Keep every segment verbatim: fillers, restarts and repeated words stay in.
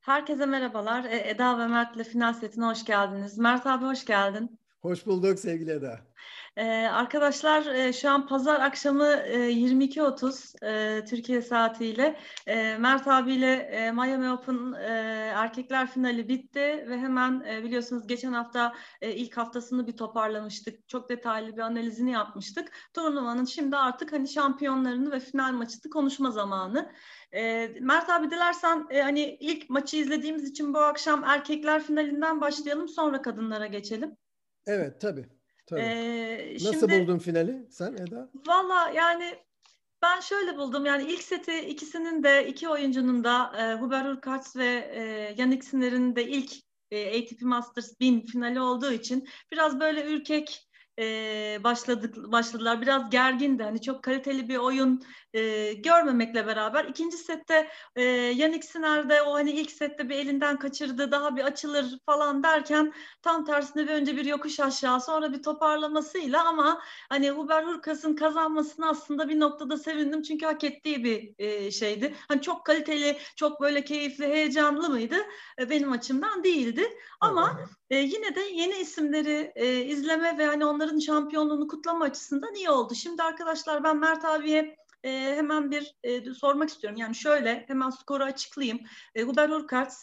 Herkese merhabalar. E, Eda ve Mert'le Final Setine hoş geldiniz. Mert abi hoş geldin. Hoş bulduk sevgili Eda. Ee, arkadaşlar e, şu an pazar akşamı e, yirmi iki otuz e, Türkiye saatiyle e, Mert abiyle e, Miami Open e, erkekler finali bitti ve hemen e, biliyorsunuz geçen hafta e, ilk haftasını bir toparlamıştık. Çok detaylı bir analizini yapmıştık. Turnuvanın şimdi artık hani şampiyonlarını ve final maçını konuşma zamanı. E, Mert abi dilersen e, hani ilk maçı izlediğimiz için bu akşam erkekler finalinden başlayalım, sonra kadınlara geçelim. Evet tabii. Tabii. E, Nasıl şimdi buldun finali sen Eda? Valla yani ben şöyle buldum. Yani ilk seti ikisinin de iki oyuncunun da e, Hubert Hurkacz ve e, Jannik Sinner'in de ilk e, A T P Masters bin finali olduğu için biraz böyle ürkek e, başladık başladılar. Biraz gergindi. Hani çok kaliteli bir oyun e, görmemekle beraber ikinci sette e, Jannik Sinner de o hani ilk sette bir elinden kaçırdı, daha bir açılır falan derken tam tersine bir önce bir yokuş aşağı sonra bir toparlamasıyla, ama hani Hubert Hurkacz'ın kazanmasını aslında bir noktada sevindim çünkü hak ettiği bir e, şeydi. Hani çok kaliteli, çok böyle keyifli, heyecanlı mıydı? E, benim açımdan değildi. Evet. Ama e, yine de yeni isimleri e, izleme ve hani onların şampiyonluğunu kutlama açısından iyi oldu. Şimdi arkadaşlar ben Mert abiye e, hemen bir e, sormak istiyorum. Yani şöyle hemen skoru açıklayayım. E, Hubert Hurkacz,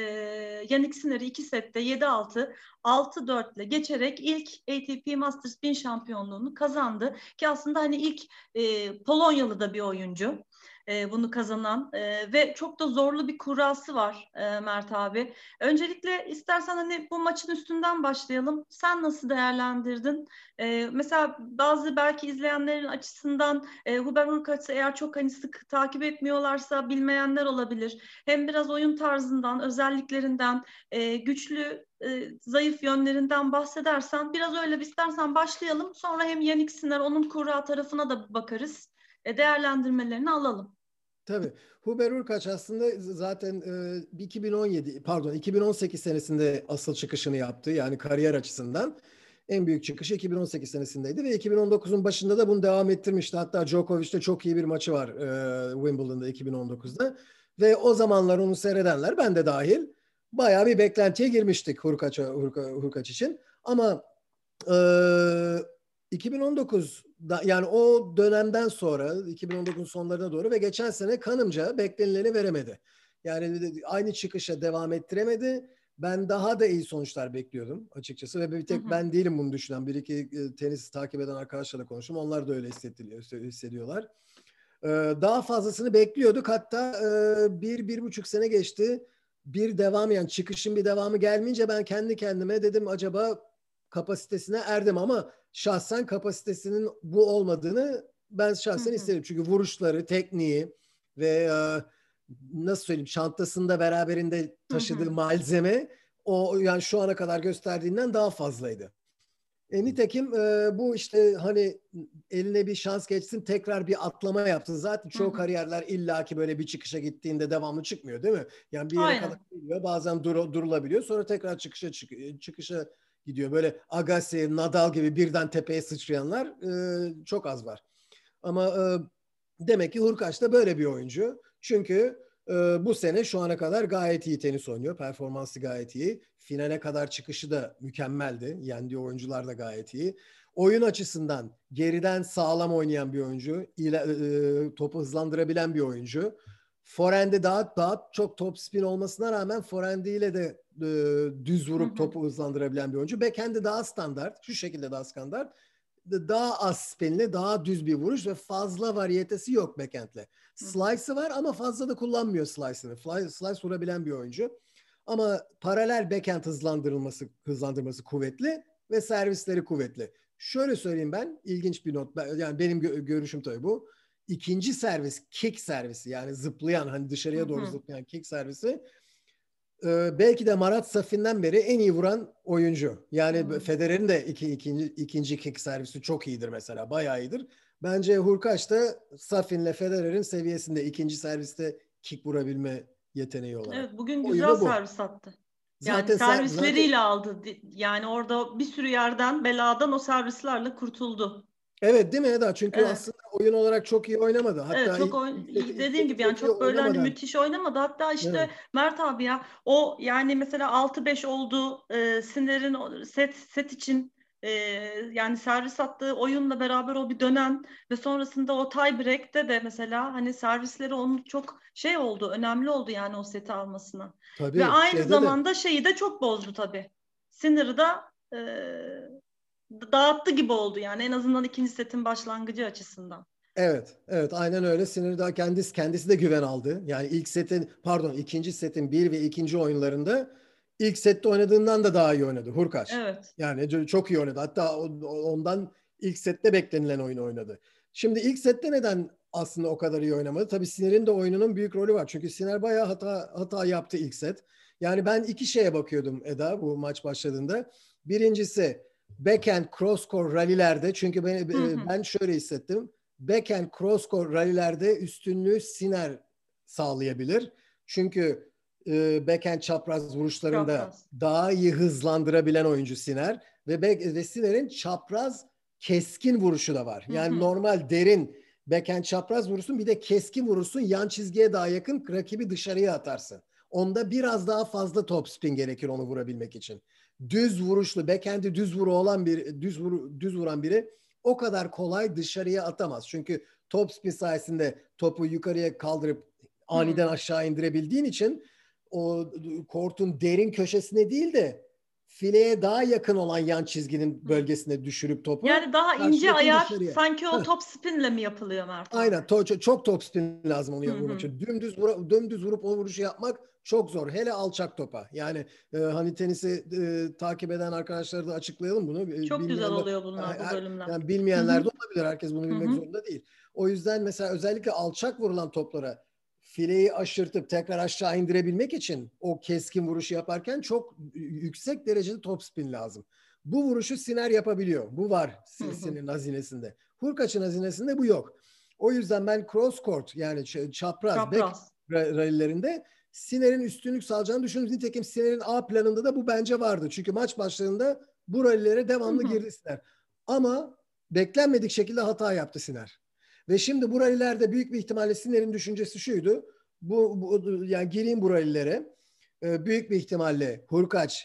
e, Jannik Sinner'i iki sette yedi altı, altı dört ile geçerek ilk A T P Masters bin şampiyonluğunu kazandı. Ki aslında hani ilk e, Polonyalı da bir oyuncu e, bunu kazanan e, ve çok da zorlu bir kurası var e, Mert abi. Öncelikle istersen hani bu maçın üstünden başlayalım. Sen nasıl değerlendirdin? E, mesela bazı belki izleyenlerin açısından e, Hubert Hurkacz'ı eğer çok hani sık takip etmiyorlarsa bilmeyenler olabilir. Hem biraz oyun tarzından, özelliklerinden, e, güçlü, e, zayıf yönlerinden bahsedersen biraz öyle bir istersen başlayalım. Sonra hem Jannik Sinner, onun kura tarafına da bakarız. E, değerlendirmelerini alalım. Tabii. Hubert Hurkacz aslında zaten e, iki bin on yedi pardon iki bin on sekiz senesinde asıl çıkışını yaptı. Yani kariyer açısından en büyük çıkışı iki bin on sekiz senesindeydi ve iki bin on dokuzun başında da bunu devam ettirmişti. Hatta Djokovic'te çok iyi bir maçı var e, Wimbledon'da iki bin on dokuzda ve o zamanlar onu seyredenler, ben de dahil, bayağı bir beklentiye girmiştik Hurkacz, Hurkacz için. Ama Ee, iki bin on dokuzda, yani o dönemden sonra iki bin on dokuzun sonlarına doğru ve geçen sene kanımca beklenileni veremedi. Yani aynı çıkışa devam ettiremedi. Ben daha da iyi sonuçlar bekliyordum açıkçası ve bir Hı tek hı. ben değilim bunu düşünen. Bir iki e, tenis takip eden arkadaşlarla konuştum. Onlar da öyle hissediyorlar. Ee, daha fazlasını bekliyorduk. Hatta e, bir, bir buçuk sene geçti. Bir devam, yani çıkışın bir devamı gelmeyince ben kendi kendime dedim acaba kapasitesine erdim, ama şahsen kapasitesinin bu olmadığını ben Hı şahsen hı. isterim. Çünkü vuruşları, tekniği ve e, nasıl söyleyeyim, çantasında beraberinde Hı taşıdığı hı. malzeme o, yani şu ana kadar gösterdiğinden daha fazlaydı. E, nitekim e, bu işte hani eline bir şans geçsin, tekrar bir atlama yaptın. Zaten Hı çoğu hı. kariyerler illaki böyle bir çıkışa gittiğinde devamlı çıkmıyor, değil mi? Yani bir yere kadar Aynen. gidiyor, bazen dur, durulabiliyor, sonra tekrar çıkışa çık, çıkışa gidiyor. Böyle Agassi, Nadal gibi birden tepeye sıçrayanlar e, çok az var. Ama e, demek ki Hurkacz da böyle bir oyuncu. Çünkü e, bu sene şu ana kadar gayet iyi tenis oynuyor. Performansı gayet iyi. Finale kadar çıkışı da mükemmeldi. Yendiği oyuncular da gayet iyi. Oyun açısından geriden sağlam oynayan bir oyuncu. İle, e, topu hızlandırabilen bir oyuncu. Forehand'i daha, daha çok top spin olmasına rağmen forehand'iyle de e, düz Hı vurup hı. topu hızlandırabilen bir oyuncu. Backhand'i daha standart. Şu şekilde daha standart, daha az spinli, daha düz bir vuruş ve fazla variyetesi yok backhand'le. Hı hı. Slice'ı var ama fazla da kullanmıyor slice'ını. Slice vurabilen bir oyuncu. Ama paralel backhand hızlandırılması, hızlandırması kuvvetli ve servisleri kuvvetli. Şöyle söyleyeyim, ben ilginç bir not, yani benim görüşüm tabii bu. İkinci servis, kick servisi, yani zıplayan, hani Hı dışarıya doğru hı. zıplayan kick servisi, Ee, belki de Marat Safin'den beri en iyi vuran oyuncu. Yani Hı. Federer'in de iki, ikinci, ikinci kick servisi çok iyidir mesela. Bayağı iyidir. Bence Hurkacz da Safin'le Federer'in seviyesinde ikinci serviste kick vurabilme yeteneği olarak. Evet, bugün güzel Oyunu bu. servis attı. Yani Zaten zaten servisleriyle aldı. Yani orada bir sürü yerden, beladan o servislerle kurtuldu. Evet değil mi Eda? Çünkü Evet. aslında oyun olarak çok iyi oynamadı. Evet, Hatta çok ilk, oyn- ilk seti, ilk dediğin seti gibi yani çok iyi çok böyle hani oynamadan. müthiş oynamadı. Hatta işte Evet. Mert abi ya o yani mesela altı beş oldu e, Sinner'in o set set için e, yani servis attığı oyunla beraber o bir dönem ve sonrasında o tie break'te de mesela hani servisleri onun çok şey oldu, önemli oldu yani o seti almasına. Ve Tabii aynı şeyde de zamanda şeyi de çok bozdu tabii. Sinner'ı da e, dağıttı gibi oldu yani en azından ikinci setin başlangıcı açısından. evet, evet aynen öyle. Sinir daha kendisi kendisi de güven aldı. Yani ilk setin pardon ikinci setin bir ve ikinci oyunlarında ilk sette oynadığından da daha iyi oynadı Hurkaç. Evet. Yani çok iyi oynadı. Hatta ondan ilk sette beklenilen oyunu oynadı. Şimdi ilk sette neden aslında o kadar iyi oynamadı? Tabii Sinir'in de oyununun büyük rolü var. Çünkü Sinir bayağı hata hata yaptı ilk set. Yani ben iki şeye bakıyordum Eda bu maç başladığında. Birincisi backhand cross court rallylerde çünkü ben, Hı hı. ben şöyle hissettim. Backhand cross court rallylerde üstünlüğü Sinner sağlayabilir. Çünkü e, backhand çapraz vuruşlarında Çapraz. daha iyi hızlandırabilen oyuncu Sinner ve, ve Sinner'in çapraz keskin vuruşu da var. Hı Yani hı. normal derin backhand çapraz vurursun bir de keskin vurursun yan çizgiye daha yakın rakibi dışarıya atarsın. Onda biraz daha fazla top spin gerekir onu vurabilmek için. Düz vuruşlu, backhand'i düz vuru olan bir düz vuru, düz vuran biri o kadar kolay dışarıya atamaz. Çünkü top spin sayesinde topu yukarıya kaldırıp aniden Hmm. aşağı indirebildiğin için o kortun derin köşesine değil de fileye daha yakın olan yan çizginin Hmm. bölgesine düşürüp topu Yani daha ince karşıdakini ayar dışarıya. sanki o Heh. top spinle mi yapılıyor Mert Aynen. abi? To- çok top spin lazım onu Hı vurmak hı. için. Dümdüz, vura, dümdüz vurup o vuruşu yapmak çok zor. Hele alçak topa. Yani e, hani tenisi e, takip eden arkadaşlara da açıklayalım bunu. E, Çok güzel bilmeyenler oluyor bunlar, bu her, bölümler. yani Hı bilmeyenler hı. de olabilir. Herkes bunu Hı bilmek hı. zorunda değil. O yüzden mesela özellikle alçak vurulan toplara fileyi aşırtıp tekrar aşağı indirebilmek için o keskin vuruşu yaparken çok yüksek derecede top spin lazım. Bu vuruşu Sinner yapabiliyor. Bu var Hı hı. Sinner'in hazinesinde. Hurkaç'ın hazinesinde bu yok. O yüzden ben cross court yani çapraz back Çapraz. rallylerinde Sinner'in üstünlük sağlayacağını düşünüyorum. Nitekim Sinner'in A planında da bu bence vardı. Çünkü maç başlarında bu rallylere Hı devamlı hı. girdi Sinner. Ama beklenmedik şekilde hata yaptı Sinner. Ve şimdi bu rallylerde büyük bir ihtimalle Sinner'in düşüncesi şuydu. Bu, bu yani gireyim bu rallylere. Ee, büyük bir ihtimalle Hurkaç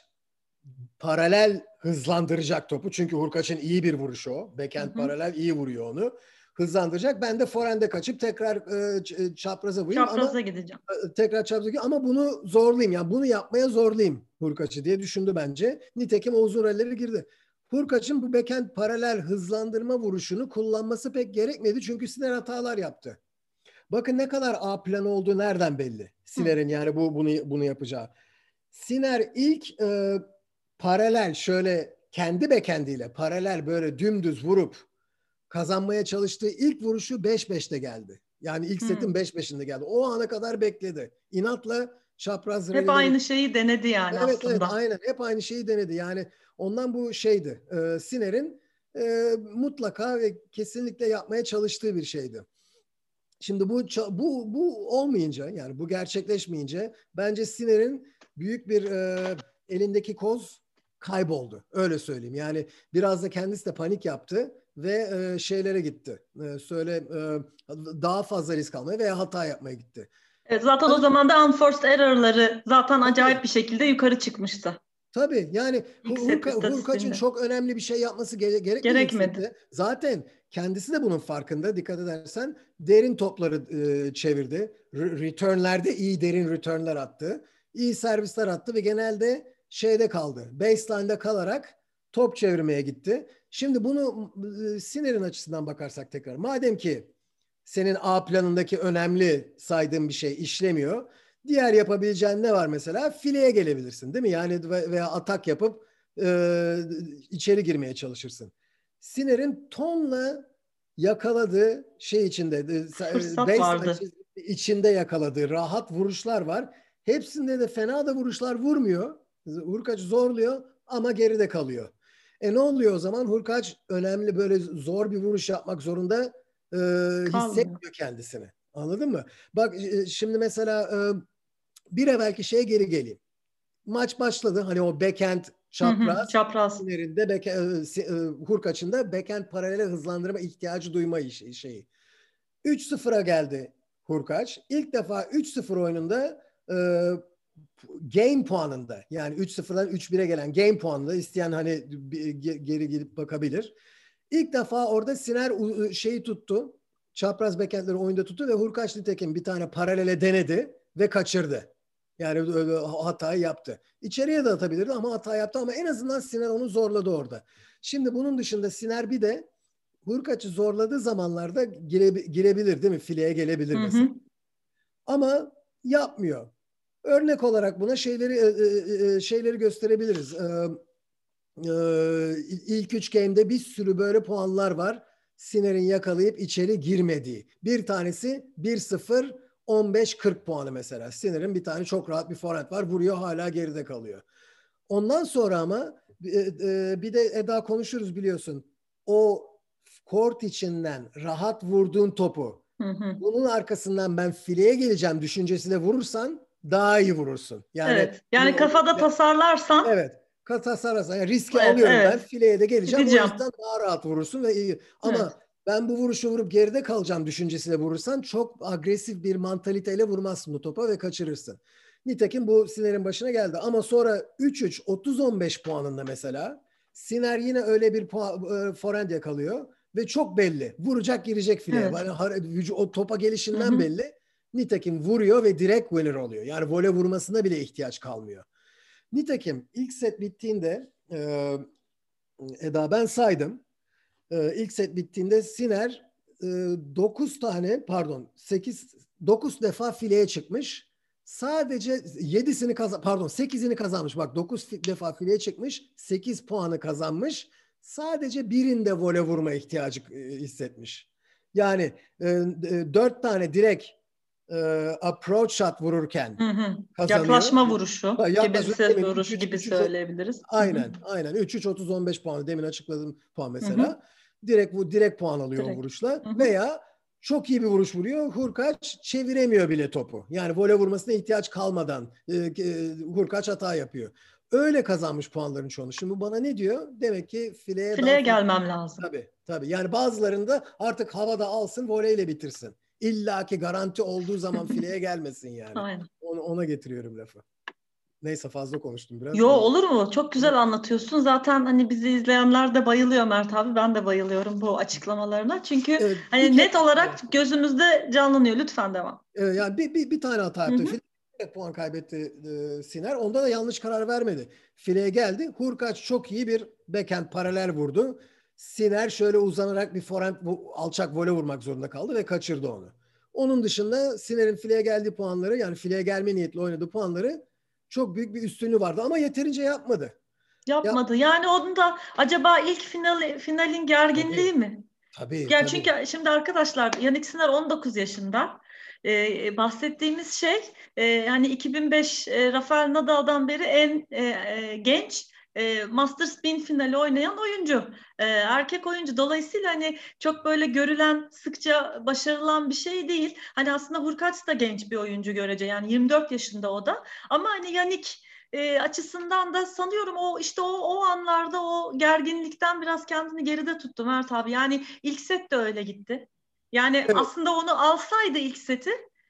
paralel hızlandıracak topu. Çünkü Hurkaç'ın iyi bir vuruşu o. Hı Backhand hı. paralel iyi vuruyor onu. Hızlandıracak. Ben de forehande kaçıp tekrar e, çapraza vurayım ama Çapraza gideceğim. e, tekrar çapraza vurayım ama bunu zorlayayım. Yani bunu yapmaya zorlayayım Hurkaç'ı diye düşündü bence. Nitekim o uzun rallileri girdi. Hurkaç'ın bu backhand paralel hızlandırma vuruşunu kullanması pek gerekmedi. Çünkü Sinner hatalar yaptı. Bakın ne kadar A planı olduğu nereden belli. Hı. Sinner'in yani bu bunu bunu yapacağı. Sinner ilk e, paralel şöyle kendi bekendiyle paralel böyle dümdüz vurup kazanmaya çalıştığı ilk vuruşu beş beşte geldi. Yani ilk Hı. setin beş beşinde geldi. O ana kadar bekledi. İnatla çapraz Hep rallileri. aynı şeyi denedi yani Evet evet aslında. aynen hep aynı şeyi denedi. Yani ondan bu şeydi. E, Sinner'in e, mutlaka ve kesinlikle yapmaya çalıştığı bir şeydi. Şimdi bu bu bu olmayınca yani bu gerçekleşmeyince bence Sinner'in büyük bir e, elindeki koz kayboldu. Öyle söyleyeyim. Yani biraz da kendisi de panik yaptı ve e, şeylere gitti. E, söyle e, daha fazla risk almaya veya hata yapmaya gitti. Evet, zaten o Bana zaman da unforced error'ları zaten tabii acayip bir şekilde yukarı çıkmıştı. tabii yani İlk set Hurka, Hurkaç'ın istatistiğinde. çok önemli bir şey yapması gere- gerekmedi ilk Gerekmedi. sette. Zaten kendisi de bunun farkında. Dikkat edersen derin topları e, çevirdi. R- returnlerde iyi derin returnler attı. İyi servisler attı ve genelde şeyde kaldı. Baseline'da kalarak top çevirmeye gitti. Şimdi bunu e, Sinner'in açısından bakarsak tekrar. Madem ki senin A planındaki önemli saydığın bir şey işlemiyor. Diğer yapabileceğin ne var mesela? Fileye gelebilirsin değil mi? Yani veya atak yapıp e, içeri girmeye çalışırsın. Sinner'in tonla yakaladığı şey içinde, Fırsat baseline vardı. içinde yakaladığı rahat vuruşlar var. Hepsinde de fena da vuruşlar vurmuyor. Hurkaç zorluyor ama geride kalıyor. E ne oluyor o zaman? Hurkaç önemli böyle zor bir vuruş yapmak zorunda e, Kalmıyor. hissetmiyor kendisini. Anladın mı? Bak e, şimdi mesela e, bir evvelki şeye geri geleyim. Maç başladı. Hani o backhand çapraz, hı hı, çapraz. Siner'in de beke, e, Hurkaç'ın da backhand paralele hızlandırma ihtiyacı duyma işi, şeyi. üç sıfıra geldi Hurkaç. İlk defa üç sıfır oyununda e, game puanında, yani üç sıfırdan üç bire gelen game puanında, isteyen hani geri gidip bakabilir. İlk defa orada Siner şeyi tuttu. Çapraz backhandleri oyunda tuttu ve Hurkaç nitekim bir tane paralele denedi ve kaçırdı. Yani hatayı yaptı. İçeriye de atabilirdi ama hata yaptı, ama en azından Siner onu zorladı orada. Şimdi bunun dışında Siner bir de Hurkaç'ı zorladığı zamanlarda gire, girebilir değil mi? Fileye gelebilir Hı mesela. hı. Ama yapmıyor. Örnek olarak buna şeyleri e, e, şeyleri gösterebiliriz. Ee, e, ilk üç game'de bir sürü böyle puanlar var. Siner'in yakalayıp içeri girmediği. Bir tanesi bir sıfır on beş kırk puanı mesela. Siner'in bir tane çok rahat bir forehand var. Vuruyor, hala geride kalıyor. Ondan sonra ama e, e, bir de Eda konuşuruz biliyorsun. O kort içinden rahat vurduğun topu, Hı hı. bunun arkasından ben fileye geleceğim düşüncesiyle vurursan daha iyi vurursun. Yani Evet. Yani kafada tasarlarsan, evet, tasarlarsan yani riski evet, alıyorum, ben evet. fileye de geleceğim, o Gideceğim. yüzden daha rahat vurursun ve iyi. Ama Evet. ben bu vuruşu vurup geride kalacağım düşüncesiyle vurursan çok agresif bir mantaliteyle vurmazsın bu topa ve kaçırırsın. Nitekim bu Siner'in başına geldi. Ama sonra üç üç otuz on beş puanında mesela Siner yine öyle bir puan, e, forehand yakalıyor ve çok belli. Vuracak, girecek fileye. Evet. Yani o topa Hı gelişinden hı. belli. Nitekim vuruyor ve direkt winner oluyor. Yani vole vurmasına bile ihtiyaç kalmıyor. Nitekim ilk set bittiğinde e, Eda, ben saydım. E, ilk set bittiğinde Siner e, dokuz tane pardon sekiz dokuz defa fileye çıkmış. Sadece yedisini kazan pardon sekizini kazanmış. Bak, dokuz defa fileye çıkmış, sekiz puanı kazanmış. Sadece birinde vole vurma ihtiyacı e, hissetmiş. Yani e, dört tane direkt e, approach shot vururken Hı hı. kazanıyor. Yaklaşma vuruşu gibi Yaklaşık set demin üç vuruşu üç gibi üç üç söyleyebiliriz. Hı hı. aynen aynen üç üç otuz on beş puanı, demin açıkladığım puan Hı hı. mesela. Direkt bu direkt puan alıyor o Direkt. vuruşla Hı hı. veya çok iyi bir vuruş vuruyor. Hurkaç çeviremiyor bile topu. Yani vole vurmasına ihtiyaç kalmadan e, e, Hurkaç hata yapıyor. Öyle kazanmış puanların çoğunu. Şimdi bu bana ne diyor? Demek ki fileye daha Fileye fazla. gelmem lazım. Tabii tabii. Yani bazılarında artık havada alsın, voleyle bitirsin. İlla ki garanti olduğu zaman fileye gelmesin yani. Aynen. Ona, ona getiriyorum lafı. Neyse, fazla konuştum biraz. Yo, Ee, olur mu? Çok güzel anlatıyorsun. Zaten hani bizi izleyenler de bayılıyor Mert abi. Ben de bayılıyorum bu açıklamalarına. Çünkü e, bir hani kere net olarak gözümüzde canlanıyor. Lütfen devam. e, yani bir, bir, bir tane hata Hı yaptı. hı. Fileye puan kaybetti e, Siner. Onda da yanlış karar vermedi. Fileye geldi. Hurkaç çok iyi bir backhand paralel vurdu. Siner şöyle uzanarak bir forehand bu, alçak vole vurmak zorunda kaldı ve kaçırdı onu. Onun dışında Siner'in fileye geldiği puanları, yani fileye gelme niyetli oynadığı puanları, çok büyük bir üstünlüğü vardı ama yeterince yapmadı. Ya Yapmadı. Yani onun da acaba ilk final, finalin gerginliği tabii mi? tabii Yani tabii. çünkü şimdi arkadaşlar Yannick Sinner on dokuz yaşında. Ee, bahsettiğimiz şey e, yani iki bin beş e, Rafael Nadal'dan beri en e, e, genç e, Masters bin finali oynayan oyuncu. E, erkek oyuncu. Dolayısıyla hani çok böyle görülen, sıkça başarılan bir şey değil. Hani aslında Hurkacz da genç bir oyuncu görece. Yani yirmi dört yaşında o da. Ama hani Yannick e, açısından da sanıyorum o işte o, o anlarda o gerginlikten biraz kendini geride tuttu Mert abi. Yani ilk set de öyle gitti. Yani Evet. aslında onu alsaydı ilk seti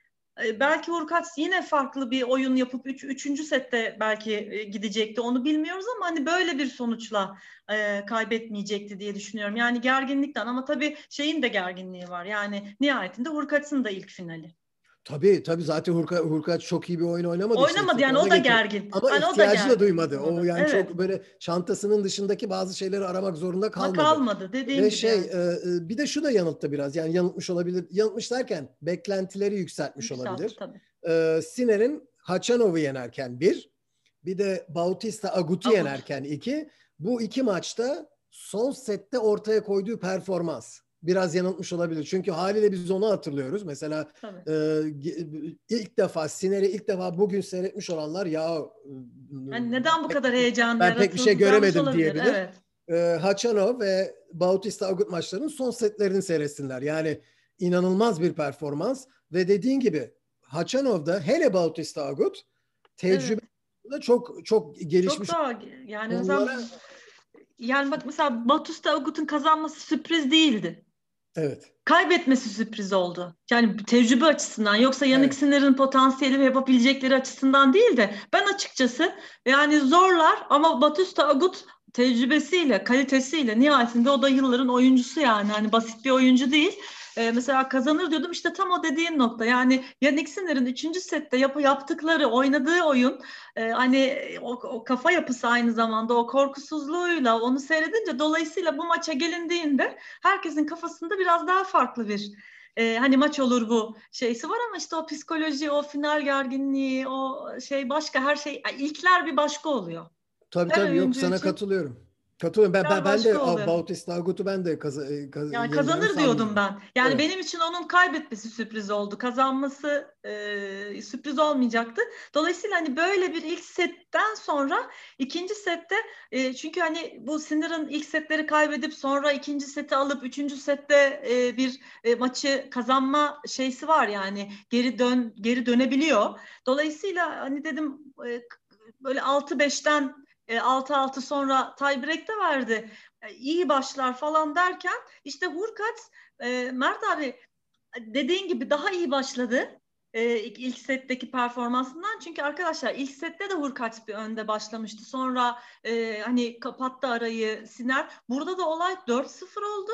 e, belki Hurkacz yine farklı bir oyun yapıp üç, üçüncü sette belki e, gidecekti. Onu bilmiyoruz ama hani böyle bir sonuçla e, kaybetmeyecekti diye düşünüyorum. Yani gerginlikten, ama tabii şeyin de gerginliği var. Yani nihayetinde Hurkacz'ın da ilk finali. Tabii tabii, zaten Hurka, Hurkaç çok iyi bir oyun oynamadı işte ilk Oynamadı seti, yani, ona o da getir. gergin. Ama Hani o da ihtiyacı da gergin duymadı. bu O konuda. yani Evet. çok böyle çantasının dışındaki bazı şeyleri aramak zorunda Ha, kalmadı. kalmadı dediğin Ve gibi şey yani. e, e, bir de şu da yanılttı biraz. Yani yanıltmış olabilir. Yanıltmış derken beklentileri yükseltmiş Yükseltti olabilir. tabii. E, Sinner'in Hachanov'u yenerken bir, bir de Bautista Agut'u Agut. yenerken iki. Bu iki maçta son sette ortaya koyduğu performans biraz yanıltmış olabilir. Çünkü haliyle biz onu hatırlıyoruz. Mesela Tabii. e, ilk defa Sinner'i ilk defa bugün seyretmiş olanlar, ya Yani neden bu pek, kadar heyecan ben pek bir şey yaratılmış göremedim olabilir. diyebilir. Evet. E, Hachanov ve Bautista Agut maçlarının son setlerini seyretsinler. Yani inanılmaz bir performans ve dediğin gibi Hachanov'da, hele Bautista Agut, tecrübe Evet. da çok çok Çok gelişmiş daha yani mesela onlara. yani bak mesela Bautista Agut'un kazanması sürpriz değildi. Evet. Kaybetmesi sürpriz oldu. Yani tecrübe açısından, yoksa Yannick Evet. Sinner'in potansiyeli ve yapabilecekleri açısından değil de ben açıkçası yani zorlar ama Bautista Agut tecrübesiyle, kalitesiyle nihayetinde o da yılların oyuncusu yani. Hani basit bir oyuncu değil. Ee, mesela kazanır diyordum, işte tam o dediğin nokta. Yani Yannick Sinner'in üçüncü sette yap yaptıkları, oynadığı oyun e, hani o, o kafa yapısı, aynı zamanda o korkusuzluğuyla onu seyredince, dolayısıyla bu maça gelindiğinde herkesin kafasında biraz daha farklı bir e, hani maç olur bu şeysi var, ama işte o psikoloji, o final gerginliği, o şey başka, her şey ilkler bir başka oluyor. Tabii Her tabii, yok, oyuncu sana için katılıyorum. Katılıyorum. Ben ben, ilkler ben de başka oluyor. Bautista Agut'u ben de kaz, kaz, Yani yeneceğini kazanır diyordum sanmıyorum. ben. Yani Evet. benim için onun kaybetmesi sürpriz oldu. Kazanması e, sürpriz olmayacaktı. Dolayısıyla hani böyle bir ilk setten sonra ikinci sette e, çünkü hani bu Sinner'ın ilk setleri kaybedip sonra ikinci seti alıp üçüncü sette e, bir e, maçı kazanma şeysi var yani. Geri dön geri dönebiliyor. Dolayısıyla hani dedim e, böyle altı beşten e, altı altı sonra tiebreak'te verdi. E, iyi başlar falan derken işte Hurkacz, e, Mert abi dediğin gibi daha iyi başladı e, ilk, ilk setteki performansından. Çünkü arkadaşlar ilk sette de Hurkacz bir önde başlamıştı. Sonra e, hani kapattı arayı Sinner. Burada da olay dört sıfır oldu.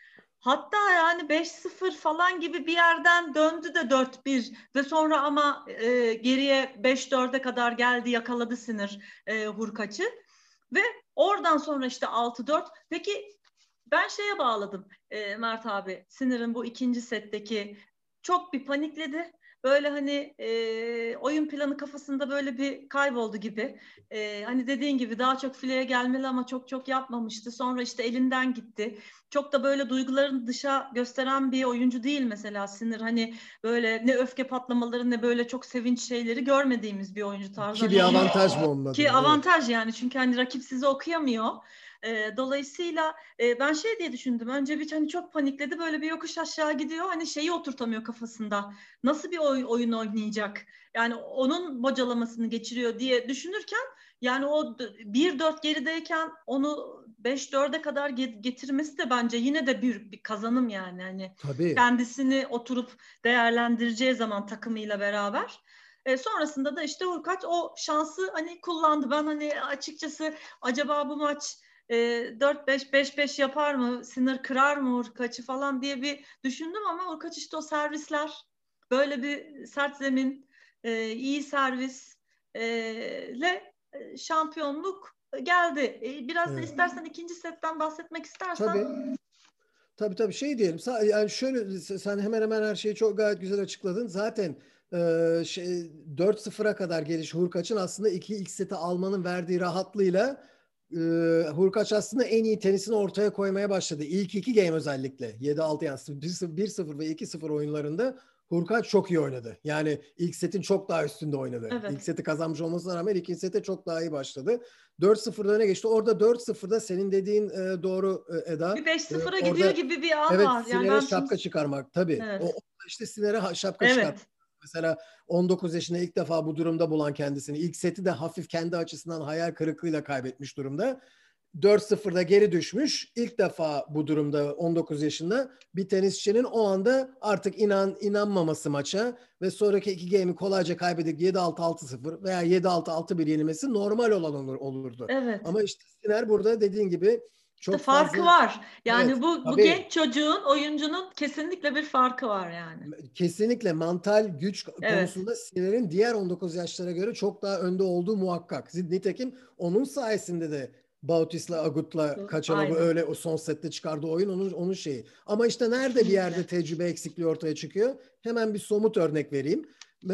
Hatta yani beş sıfır falan gibi bir yerden döndü de dört bir ve sonra ama e, geriye beş dörde kadar geldi, yakaladı Sinner e, Hurkaç'ı ve oradan sonra işte altı dört. Peki ben şeye bağladım e, Mert abi, Sinner'in bu ikinci setteki çok bir panikledi. Böyle hani e, oyun planı kafasında böyle bir kayboldu gibi. E, hani dediğin gibi daha çok fileye gelmeli ama çok çok yapmamıştı. Sonra işte elinden gitti. Çok da böyle duygularını dışa gösteren bir oyuncu değil mesela Sinner. Hani böyle ne öfke patlamaları ne böyle çok sevinç şeyleri görmediğimiz bir oyuncu tarzı. Ki Hani bir onu, avantaj bu onun ki adına. Evet. avantaj yani, çünkü hani rakip sizi okuyamıyor. E, dolayısıyla e, ben şey diye düşündüm. Önce bir hani çok panikledi, böyle bir yokuş aşağı gidiyor. Hani şeyi oturtamıyor kafasında. Nasıl bir oy, oyun oynayacak? Yani onun bocalamasını geçiriyor diye düşünürken, yani o bir dört gerideyken onu beş dörde kadar getirmesi de bence yine de bir, bir kazanım yani. Hani Tabii. kendisini oturup değerlendireceği zaman takımıyla beraber. E, sonrasında da işte Hurkacz o şansı hani kullandı. Ben hani açıkçası acaba bu maç e, dört beş beş beş yapar mı? Sinir kırar mı Hurkaç'ı falan diye bir düşündüm, ama Hurkaç işte o servisler, böyle bir sert zemin, e, iyi servis e, ile e, şampiyonluk geldi. E, biraz da Evet. istersen ikinci setten bahsetmek istersen. Tabii. Tabii tabii, şey diyelim. Sa- Yani şöyle, sen hemen hemen her şeyi çok gayet güzel açıkladın. Zaten e, şey, dört sıfıra kadar geliş Hurkaç'ın aslında iki ilk seti almanın verdiği rahatlığıyla e, Hurkaç aslında en iyi tenisini ortaya koymaya başladı. İlk iki game özellikle yedi altı, yani bir sıfır ve iki sıfır oyunlarında Hurkaç çok iyi oynadı. Yani ilk setin çok daha üstünde oynadı. İlk Evet. seti kazanmış olmasına rağmen ikinci sete çok daha iyi başladı. dört sıfırda öne geçti. Orada dört sıfırda senin dediğin e, doğru, e, Eda. Bir beş E, sıfıra gidiyor orada gibi bir an evet, var. Yani Sinere ben şimdi, şapka çıkarmak tabii. O, evet. o işte Sinere ha- şapka çıkarmak. Evet. Mesela on dokuz yaşında ilk defa bu durumda bulan kendisini. İlk seti de hafif kendi açısından hayal kırıklığıyla kaybetmiş durumda. dört sıfırda geri düşmüş. İlk defa bu durumda on dokuz yaşında bir tenisçinin o anda artık inan inanmaması maça ve sonraki iki game'i kolayca kaybedip yedi altı altı sıfır veya yedi altı altı bir yenilmesi normal olan olur, olurdu. Evet. Ama işte Siner burada dediğin gibi İşte çok farkı fazla, var. evet, Yani bu bu tabii, genç çocuğun, oyuncunun kesinlikle bir farkı var yani. kesinlikle mental güç Evet. konusunda Siner'in diğer on dokuz yaşlara göre çok daha önde olduğu muhakkak. Nitekim onun sayesinde de Bautista Agut'la Kaçanov'u Aynen. öyle o son sette çıkardığı oyun onun onun şeyi. Ama işte nerede bir Kesinlikle. yerde tecrübe eksikliği ortaya çıkıyor? Hemen bir somut örnek vereyim.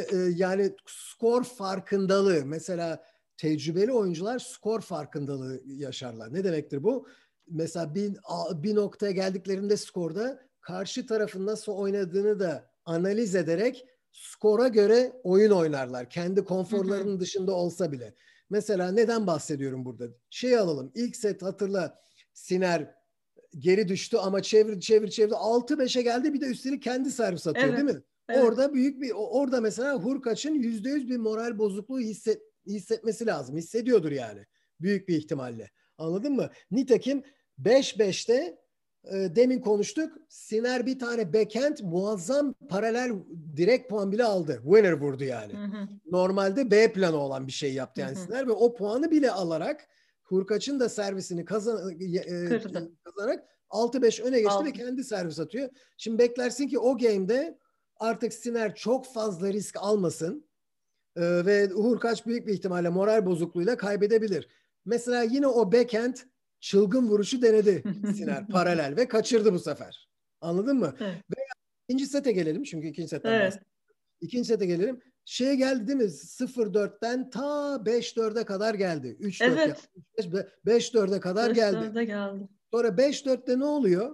Yani skor farkındalığı. Mesela tecrübeli oyuncular skor farkındalığı yaşarlar. Ne demektir bu? Mesela bir, bir noktaya geldiklerinde skorda karşı tarafın nasıl oynadığını da analiz ederek skora göre oyun oynarlar. Kendi Hı hı. konforlarının dışında olsa bile. Mesela neden bahsediyorum burada? Şey alalım. İlk set hatırla, Siner geri düştü ama çevir çevir çevir altı beşe geldi, bir de üstelik kendi servis atıyor değil Evet. mi? Evet. Orada büyük bir orada mesela Hurkaç'ın yüzde yüz bir moral bozukluğu hisset hissetmesi lazım. Hissediyordur yani. Büyük bir ihtimalle. Anladın mı? Nitekim beş beşte e, demin konuştuk. Sinner bir tane backhand muazzam paralel direkt puan bile aldı. Winner vurdu yani. Hı hı. Normalde B planı olan bir şey yaptı yani Hı hı. Sinner ve o puanı bile alarak Hurkaç'ın da servisini kazan, e, kazanarak altı beş öne geçti Aldım. ve kendi servis atıyor. Şimdi beklersin ki o game'de artık Sinner çok fazla risk almasın ee, ve Hurkaç büyük bir ihtimalle moral bozukluğuyla kaybedebilir. Mesela yine o backhand çılgın vuruşu denedi Sinner paralel ve kaçırdı bu sefer. Anladın mı? Evet. Ve ikinci sete gelelim çünkü ikinci setten Evet. bahsediyorum. İkinci sete gelelim. Şeye geldi değil mi? sıfır dörtten ta beş dörde kadar geldi. üç dört Evet. yaptı. beş dörde kadar geldi. geldi. Sonra beş dörtte ne oluyor?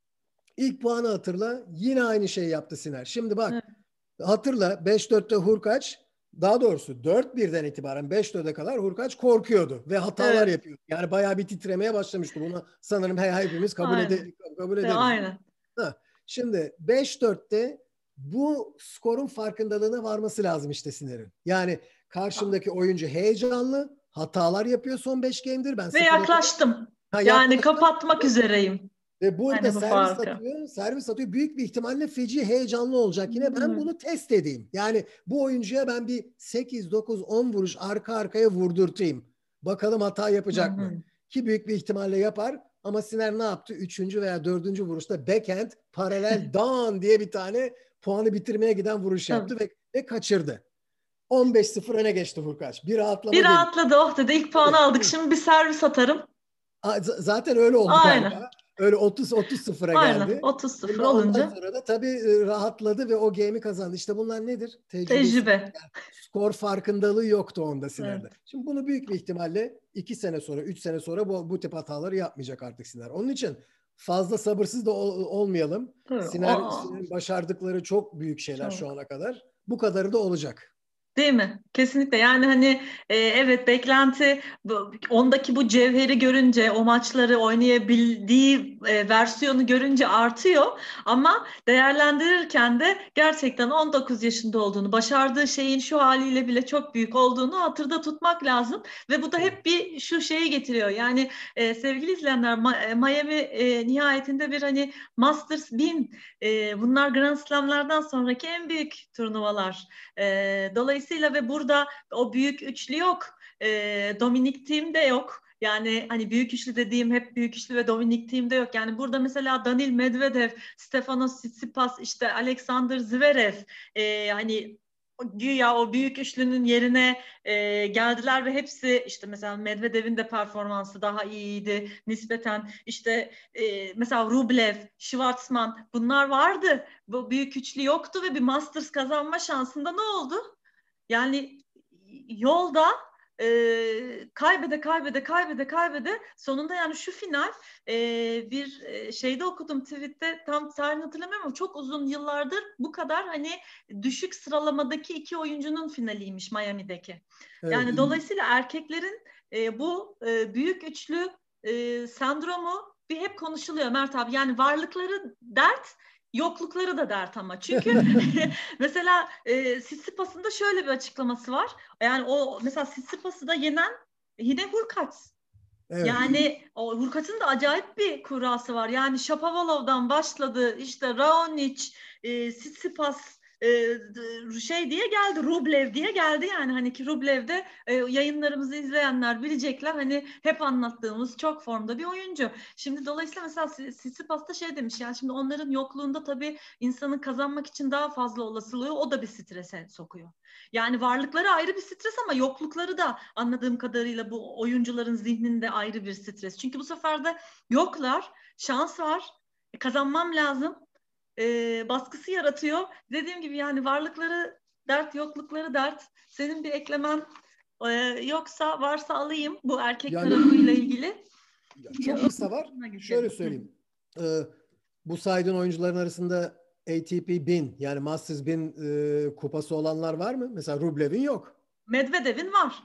İlk puanı hatırla. Yine aynı şeyi yaptı Sinner. Şimdi bak Evet. hatırla beş dörtte Hurkaç, daha doğrusu dört birden itibaren beş dörde kadar Hurkaç korkuyordu ve hatalar Evet. yapıyordu. Yani bayağı bir titremeye başlamıştı. Bunu sanırım hepimiz kabul, ede Aynen. kabul E, ederiz. aynen. Ha, şimdi beş dörtte bu skorun farkındalığına varması lazım işte Sinner'in. Yani karşımdaki oyuncu heyecanlı, hatalar yapıyor son beş game'dir. Ben Ve sıfıra kadar yaklaştım. ha, Yani yaklaştım. kapatmak üzereyim. Ve burada Hani bu servis farkı. atıyor. Servis atıyor. Büyük bir ihtimalle feci heyecanlı olacak. Yine ben Hmm. bunu test edeyim. Yani bu oyuncuya ben bir sekiz dokuz on vuruş arka arkaya vurdurtayım. Bakalım hata yapacak Hı mı? hı. Ki büyük bir ihtimalle yapar. Ama Sinner ne yaptı? Üçüncü veya dördüncü vuruşta backhand paralel down diye bir tane puanı bitirmeye giden vuruş yaptı ve, ve kaçırdı. on beş sıfır öne geçti Hurkaç. Bir rahatlama Bir geliyor. rahatladı, oh dedi. İlk puanı aldık. Şimdi bir servis atarım. Zaten öyle oldu Aynen. galiba. Öyle otuz otuz sıfıra Aynen. geldi. otuz sıfır Ondan olunca sonra da tabii rahatladı ve o game'i kazandı. İşte bunlar nedir? Tecrübesi. tecrübe. Yani skor farkındalığı yoktu onda Sinner'de. Evet. Şimdi bunu büyük bir ihtimalle iki sene sonra, üç sene sonra bu, bu tip hataları yapmayacak artık Sinner. Onun için fazla sabırsız da ol, olmayalım. Tabii. Sinner, O, Sinner'in başardıkları çok büyük şeyler şu çok. ana kadar. Bu kadarı da olacak. Değil mi? Kesinlikle. Yani hani e, evet beklenti bu, ondaki bu cevheri görünce, o maçları oynayabildiği e, versiyonu görünce artıyor. Ama değerlendirirken de gerçekten on dokuz yaşında olduğunu, başardığı şeyin şu haliyle bile çok büyük olduğunu hatırda tutmak lazım. Ve bu da hep bir şu şeyi getiriyor. Yani e, sevgili izleyenler, Miami e, nihayetinde bir hani Masters bin, e, bunlar Grand Slam'lardan sonraki en büyük turnuvalar. E, dolayısıyla ve burada o büyük üçlü yok. E, Dominic Thiem de yok. Yani hani büyük üçlü dediğim hep büyük üçlü ve Dominic Thiem de yok. Yani burada mesela Daniil Medvedev, Stefanos Tsitsipas, işte Alexander Zverev, e, hani güya o büyük üçlünün yerine e, geldiler ve hepsi işte mesela Medvedev'in de performansı daha iyiydi nispeten. İşte e, mesela Rublev, Schwartzman bunlar vardı. Bu büyük üçlü yoktu ve bir Masters kazanma şansında ne oldu? Yani yolda e, kaybede kaybede kaybede kaybede sonunda yani şu final e, bir e, şeyde okudum tweette tam tarihini hatırlamıyorum ama çok uzun yıllardır bu kadar hani düşük sıralamadaki iki oyuncunun finaliymiş Miami'deki. Evet. Yani dolayısıyla erkeklerin e, bu e, büyük üçlü e, sendromu bir hep konuşuluyor Mert abi. Yani varlıkları dert, yoklukları da dert ama. Çünkü mesela e, Tsitsipas'ın da şöyle bir açıklaması var. Yani o mesela Tsitsipas'ı da yenen yine Hurkacz. Evet. Yani o Hurkaç'ın da acayip bir kurası var. Yani Shapovalov'dan başladı. İşte Raonic, e, Tsitsipas e, şey diye geldi. Rublev diye geldi yani. Hani ki Rublev'de e, yayınlarımızı izleyenler bilecekler. Hani hep anlattığımız çok formda bir oyuncu. Şimdi dolayısıyla mesela Tsitsipas da şey demiş. Yani şimdi onların yokluğunda tabii insanın kazanmak için daha fazla olasılığı o da bir strese sokuyor. Yani varlıkları ayrı bir stres ama yoklukları da anladığım kadarıyla bu oyuncuların zihninde ayrı bir stres. Çünkü bu sefer de yoklar, şans var, kazanmam lazım, e, baskısı yaratıyor. Dediğim gibi yani varlıkları dert, yoklukları dert. Senin bir eklemen e, yoksa varsa alayım bu erkek yani, tarafıyla ilgili. Çok kısa var. Şöyle söyleyeyim. Ee, bu saydığın oyuncuların arasında A T P bin yani Masters bin e, kupası olanlar var mı? Mesela Rublev'in yok. Medvedev'in var.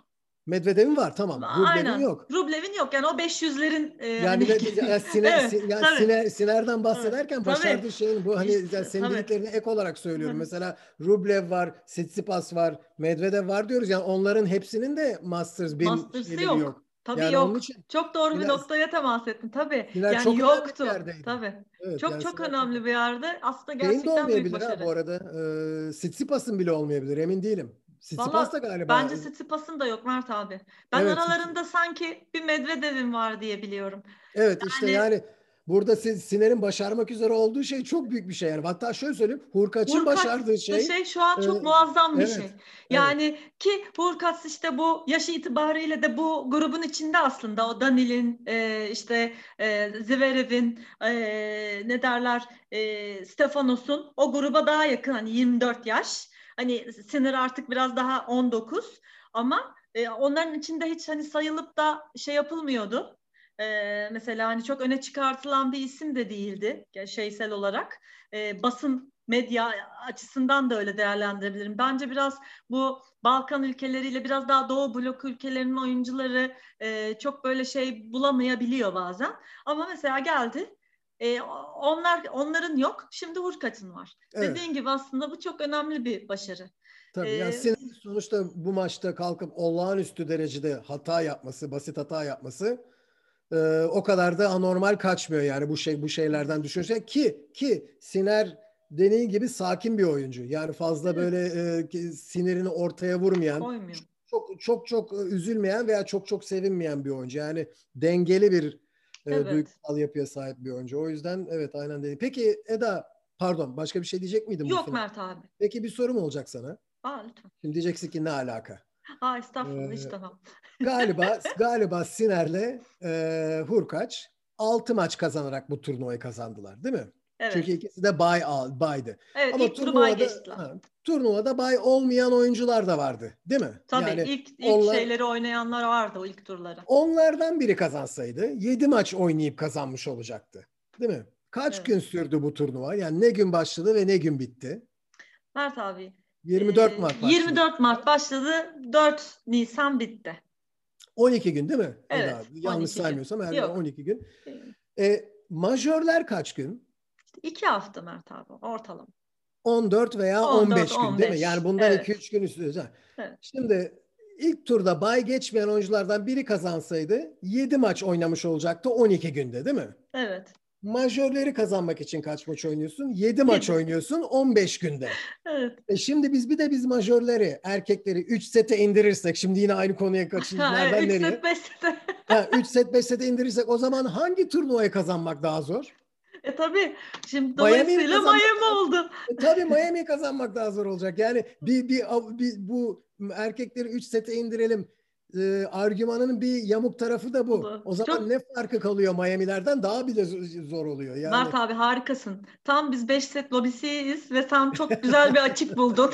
Medvedev'in var, tamam. Rublev'in Aynen. yok. Rublev'in yok. Yani o beş yüzlerin e, Yani, hani... yani, Siner, evet, yani tabii. Siner, Siner'den bahsederken Tabii. başardığı şeyin bu, hani İşte, yani senin tabii. dediklerine ek olarak söylüyorum. Mesela Rublev var, Tsitsipas var, Medvedev var diyoruz. Yani onların hepsinin de Masters bin Masters'ı şeyleri yok. yok. Tabii Yani onun yok. için Çok doğru bir Siner, noktaya temas ettin. Tabii. Siner Yani çok önemli bir yoktu. yerdeydi. Tabii. Evet, Çok yani çok Siner çok önemli bir yerde. Aslında şeyin de gerçekten büyük olmayabilir ha bu başarı. arada. Ee, Tsitsipas'ın bile olmayabilir, emin değilim. Tsitsipas da Valla galiba, bence Tsitsipas'ın da yok Mert abi. Ben evet, aralarında sanki bir Medvedev'in var diye biliyorum. evet, işte Yani yani burada Siner'in başarmak üzere olduğu şey çok büyük bir şey yani. Hatta şöyle söyleyeyim, Hurkaç'ın Hurkacz başardığı şey, şey şu an e, çok muazzam bir şey. evet, evet, Yani ki Hurkacz işte bu yaşı itibariyle de bu grubun içinde aslında o Danil'in e, işte e, Zverev'in e, ne derler e, Stefanos'un o gruba daha yakın hani yirmi dört yaş. Hani Sinner artık biraz daha on dokuz ama e, onların içinde hiç hani sayılıp da şey yapılmıyordu. E, mesela hani çok öne çıkartılan bir isim de değildi şeysel olarak. E, basın medya açısından da öyle değerlendirebilirim. Bence biraz bu Balkan ülkeleriyle biraz daha Doğu blok ülkelerinin oyuncuları e, çok böyle şey bulamayabiliyor bazen. Ama mesela geldi. E, onlar onların yok. Şimdi Hurkaç'ın var. evet. Dediğin gibi aslında bu çok önemli bir başarı. Tabii yani E, Sinan sonuçta bu maçta kalkıp olağanüstü derecede hata yapması, basit hata yapması e, o kadar da anormal kaçmıyor yani bu şey bu şeylerden düşünürsen ki ki Siner deneyim gibi sakin bir oyuncu. Yani fazla evet, böyle e, sinirini ortaya vurmayan, koymuyor. çok çok çok üzülmeyen veya çok çok sevinmeyen bir oyuncu. Yani dengeli bir e, Evet. duygusal yapıya sahip bir oyuncu. O yüzden evet, aynen dedi. Peki Eda, pardon, başka bir şey diyecek miydin bu Yok final? Mert abi. Peki bir sorum olacak sana. Aa, lütfen. Şimdi diyeceksin ki ne alaka? Aa, estağfurullah hiç Ee, tamam. galiba galiba Siner'le e, Hurkaç altı maç kazanarak bu turnuvayı kazandılar, değil mi? Çünkü Evet. ikisi de bay al, baydı. Evet, Ama ilk turu bay turnuvada geçtiler. ha, turnuvada bay olmayan oyuncular da vardı, değil mi? Tabii Yani ilk ilk onlar şeyleri oynayanlar vardı o ilk turları. onlardan biri kazansaydı yedi maç oynayıp kazanmış olacaktı. Değil mi? Kaç Evet. gün sürdü bu turnuva? Yani ne gün başladı ve ne gün bitti? Mert abi. e, yirmi dört Mart yirmi başladı. dört Mart başladı. dört Nisan bitti. on iki gün değil mi Eda? Evet. Yanlış on iki gün. saymıyorsam her Yok. on iki gün. E, E, majörler kaç gün? iki hafta Mert abi ortalama. on dört veya on dört on beş gün değil mi? on beş. Yani bundan iki Evet. üç gün üstü. Evet. Şimdi ilk turda bay geçmeyen oyunculardan biri kazansaydı yedi maç oynamış olacaktı on iki günde, değil mi? Evet. Majörleri kazanmak için kaç maç oynuyorsun? yedi maç yedi. oynuyorsun on beş günde. Evet. E şimdi biz bir de biz majörleri, erkekleri üç sete indirirsek, şimdi yine aynı konuya kaçın, Ha, evet. nereden üç set nereye? beş set. Ha, üç set beş sete indirirsek o zaman hangi turnuvayı kazanmak daha zor? E tabii. Şimdi Miami'yi dolayısıyla kazanmak Miami daha zor. oldu. E, tabii Miami'yi kazanmak daha zor olacak. Yani bir, bir, bir bu erkekleri üç sete indirelim e, argümanının bir yamuk tarafı da bu. Oldu. O zaman Çok ne farkı kalıyor Miami'lerden? Daha bile zor oluyor. Yani Mert abi harikasın. Tam biz beş set lobisiyiz ve sen çok güzel bir açık buldun.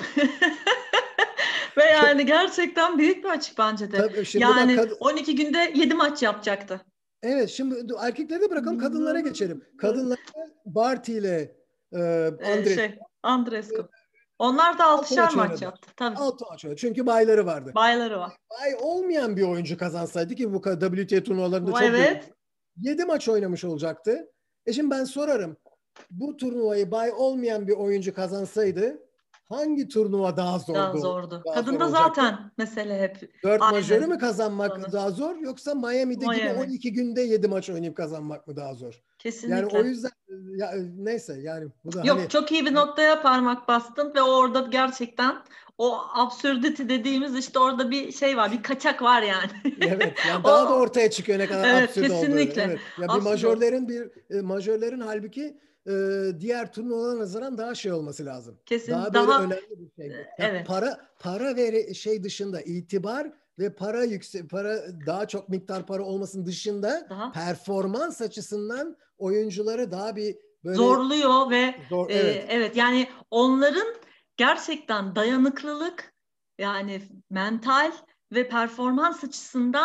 Ve yani gerçekten büyük bir açık bence de. tabii şimdi bak Yani kad- on iki günde yedi maç yapacaktı. evet, şimdi erkekleri de bırakalım, kadınlara geçelim. Kadınlar Barty ile e, Ee, Andres şey Andreescu. Onlar da altı altışar maç maç oynadılar. yaptı. Tabii. altı maç oynadı. Çünkü bayları vardı. Bayları var. Bay olmayan bir oyuncu kazansaydı, ki bu W T A turnuvalarında çok görüyoruz, Evet. yedi maç oynamış olacaktı. E şimdi ben sorarım. Bu turnuvayı bay olmayan bir oyuncu kazansaydı hangi turnuva daha Daha zordu? zordu. Daha zor Kadında olacaktı? zaten mesele hep Dört majörü aynı mü kazanmak konu. daha zor, yoksa Miami'de gibi Miami. on iki günde yedi maç oynayıp kazanmak mı daha zor? Yani o Kesinlikle. yüzden ya, neyse yani bu da Yok hani çok iyi bir noktaya parmak bastın ve orada gerçekten o absürdity dediğimiz işte orada bir şey var, bir kaçak var yani. evet, yani daha da o ortaya çıkıyor ne kadar evet absürt olduğu. kesinlikle. Evet. Ya bir Absürt ol. majörlerin bir e, majörlerin halbuki e, diğer turnuvalara nazaran daha şey olması lazım. Kesin Daha böyle daha önemli bir şey. Ya evet. para para ve şey dışında, itibar ve para yüksek para, daha çok miktar para olmasının dışında Daha performans açısından oyuncuları daha bir böyle zorluyor ve zor, e, evet. evet yani onların gerçekten dayanıklılık yani mental ve performans açısından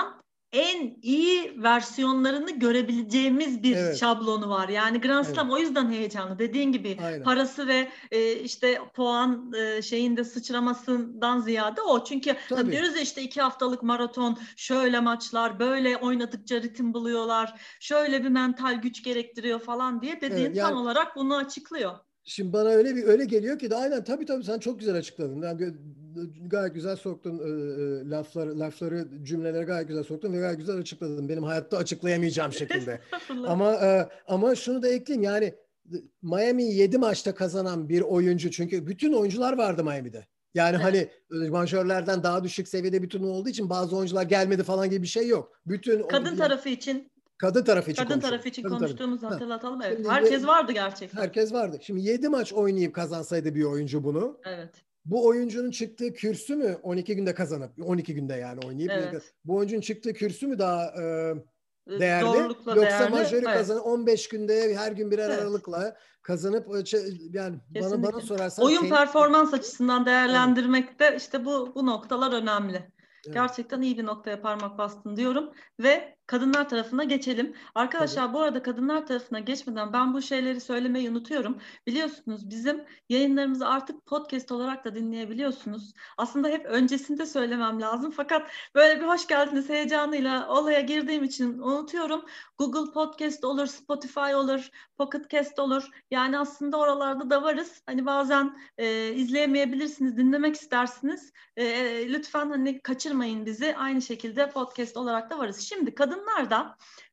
en iyi versiyonlarını görebileceğimiz bir Evet. şablonu var. Yani Grand Slam Evet. o yüzden heyecanlı. Dediğin gibi Aynen. parası ve e, işte puan e, şeyinde sıçramasından ziyade o. Çünkü hani diyoruz ya işte iki haftalık maraton, şöyle maçlar, böyle oynadıkça ritim buluyorlar, şöyle bir mental güç gerektiriyor falan diye dediğin Evet, yani tam olarak bunu açıklıyor. şimdi bana öyle bir öyle geliyor ki de aynen tabii tabii sen çok güzel açıkladın. Yani gayet güzel soktun e, e, lafları lafları cümleleri gayet güzel soktun ve gayet güzel açıkladın. Benim hayatta açıklayamayacağım şekilde. Ama e, ama şunu da ekleyeyim yani Miami'yi yedi maçta kazanan bir oyuncu çünkü bütün oyuncular vardı Miami'de. Yani Evet. hani majörlerden daha düşük seviyede bir turnuva olduğu için bazı oyuncular gelmedi falan gibi bir şey yok. Bütün o, Kadın yani tarafı için kadın tarafı için kadın konuşuyorum. tarafı için Kadın tarafı. konuştuğumuzu Ha. hatırlatalım. Evet. Şimdi Herkes vardı gerçekten. herkes vardı. Şimdi yedi maç oynayıp kazansaydı bir oyuncu bunu. Evet. Bu oyuncunun çıktığı kürsü mü on iki günde kazanıp on iki günde yani oynayıp Evet. bu oyuncunun çıktığı kürsü mü daha e, E, değerli Zorlukla yoksa değerli. majörü Evet. kazanıp on beş günde her gün birer Evet. aralıkla kazanıp yani bana bana Kesinlikle. sorarsan Oyun tenis performans açısından evet, değerlendirmekte işte bu bu noktalar önemli. evet Gerçekten iyi bir noktaya parmak bastın diyorum ve kadınlar tarafına geçelim. tabii. Arkadaşlar bu arada kadınlar tarafına geçmeden ben bu şeyleri söylemeyi unutuyorum. Biliyorsunuz bizim yayınlarımızı artık podcast olarak da dinleyebiliyorsunuz. Aslında hep öncesinde söylemem lazım fakat böyle bir hoş geldiniz heyecanıyla olaya girdiğim için unutuyorum. Google Podcast olur, Spotify olur, Pocket Cast olur. Yani aslında oralarda da varız. Hani bazen e, izleyemeyebilirsiniz, dinlemek istersiniz. E, lütfen hani kaçırmayın bizi. Aynı şekilde podcast olarak da varız. Şimdi kadınlar da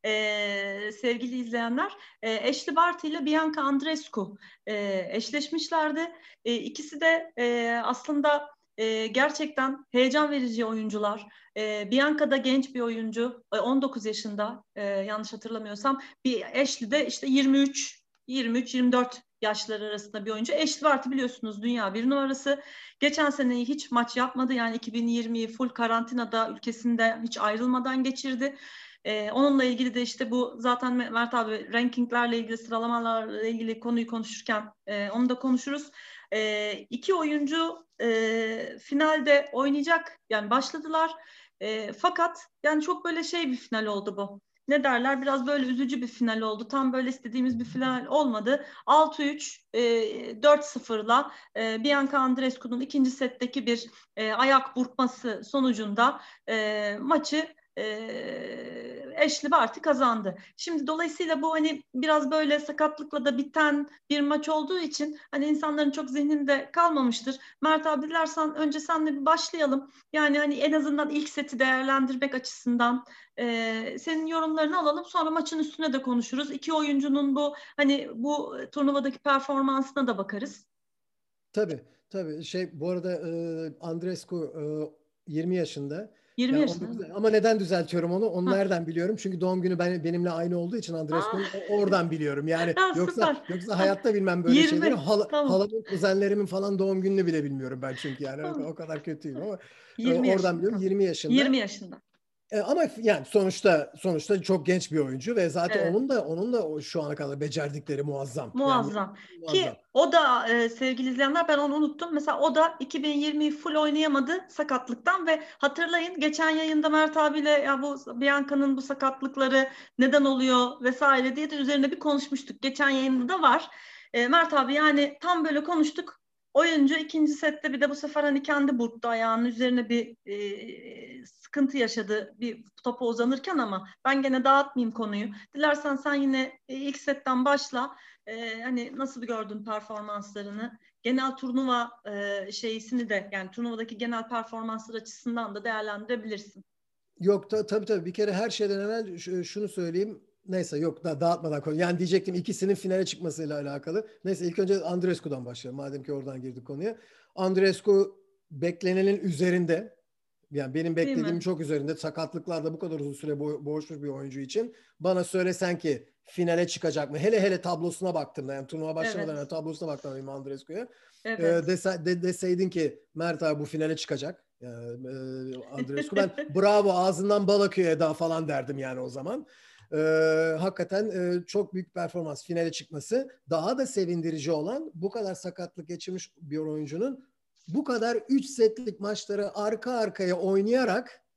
e, sevgili izleyenler e, Ashley Barty ile Bianca Andreescu e, eşleşmişlerdi. E, ikisi de e, aslında e, gerçekten heyecan verici oyuncular. E, Bianca da genç bir oyuncu. E, on dokuz yaşında e, yanlış hatırlamıyorsam. Bir Ashley de işte yirmi üç yirmi üç yirmi dört yaşları arasında bir oyuncu. Ashley Barty biliyorsunuz dünya bir numarası. Geçen seneyi hiç maç yapmadı. Yani iki bin yirmiyi full karantinada ülkesinde hiç ayrılmadan geçirdi. Ee, onunla ilgili de işte bu zaten Mert abi rankinglerle ilgili sıralamalarla ilgili konuyu konuşurken e, onu da konuşuruz. E, iki oyuncu e, finalde oynayacak yani başladılar. E, fakat yani çok böyle şey bir final oldu bu. Ne derler? Biraz böyle üzücü bir final oldu. Tam böyle istediğimiz bir final olmadı. altı üç, e, dört sıfırla e, Bianca Andreescu'nun ikinci setteki bir e, ayak burkması sonucunda e, maçı e, Ashley Barty kazandı. Şimdi dolayısıyla bu hani biraz böyle sakatlıkla da biten bir maç olduğu için hani insanların çok zihninde kalmamıştır. Mert abi dilersen önce senle bir başlayalım. Yani hani en azından ilk seti değerlendirmek açısından ee, senin yorumlarını alalım. Sonra maçın üstüne de konuşuruz. İki oyuncunun bu hani bu turnuvadaki performansına da bakarız. Tabii tabii şey bu arada e, Andreescu e, yirmi yaşında. yirmi Yani yaşında on dokuz, değil mi? ama neden düzeltiyorum onu? Onu Hah. nereden biliyorum? Çünkü doğum günü ben, benimle aynı olduğu için Aa, Andreescu'nun o- oradan biliyorum. Yani ya yoksa süper. yoksa Hah. hayatta bilmem böyle şeyleri. yirmi. Hal, Tamam. halamın, kuzenlerimin falan doğum gününü bile bilmiyorum ben çünkü yani o, Tamam. o kadar kötüyüm ama e, yirmi oradan yaşında. biliyorum Tamam. yirmi yirmi yaşında. yaşında. E, ama yani sonuçta sonuçta çok genç bir oyuncu ve zaten Evet. onun da onun da o şu ana kadar becerdikleri muazzam. Yani Muazzam. muazzam. Ki o da e, sevgili izleyenler ben onu unuttum. Mesela o da iki bin yirmiyi full oynayamadı sakatlıktan ve hatırlayın geçen yayında Mert abiyle ya bu Bianca'nın bu sakatlıkları neden oluyor vesaire diye de üzerine bir konuşmuştuk. Geçen yayında da var. E, Mert abi yani tam böyle konuştuk. Oyuncu ikinci sette bir de bu sefer hani kendi burktu ayağının üzerine bir e, sıkıntı yaşadı bir topa uzanırken ama ben gene dağıtmayayım konuyu. Dilersen sen yine e, ilk setten başla. Ee, hani nasıl gördün performanslarını? Genel turnuva e, şeysini de yani turnuvadaki genel performanslar açısından da değerlendirebilirsin. Yok ta, tabii tabii bir kere her şeyden evvel ş- şunu söyleyeyim. Neyse yok da dağıtmadan konu. Yani diyecektim ikisinin finale çıkmasıyla alakalı. Neyse ilk önce Andreescu'dan başlayalım. Madem ki oradan girdik konuya. Andreescu beklenenin üzerinde. Yani benim Değil beklediğim mi? çok üzerinde sakatlıklarda bu kadar uzun süre bo- boğuşmuş bir oyuncu için bana söylesen ki finale çıkacak mı? Hele hele tablosuna baktığımda yani turnuva başlamadan önce Evet. tablosuna baktığımda benim Andreescu'ya e, Evet. dese, de, deseydin ki Mert abi bu finale çıkacak. Yani, e, Andreescu ben bravo ağzından bal akıyor Eda falan derdim yani o zaman. E, hakikaten e, çok büyük performans finale çıkması. Daha da sevindirici olan bu kadar sakatlık geçirmiş bir oyuncunun bu kadar üç setlik maçları arka arkaya oynayarak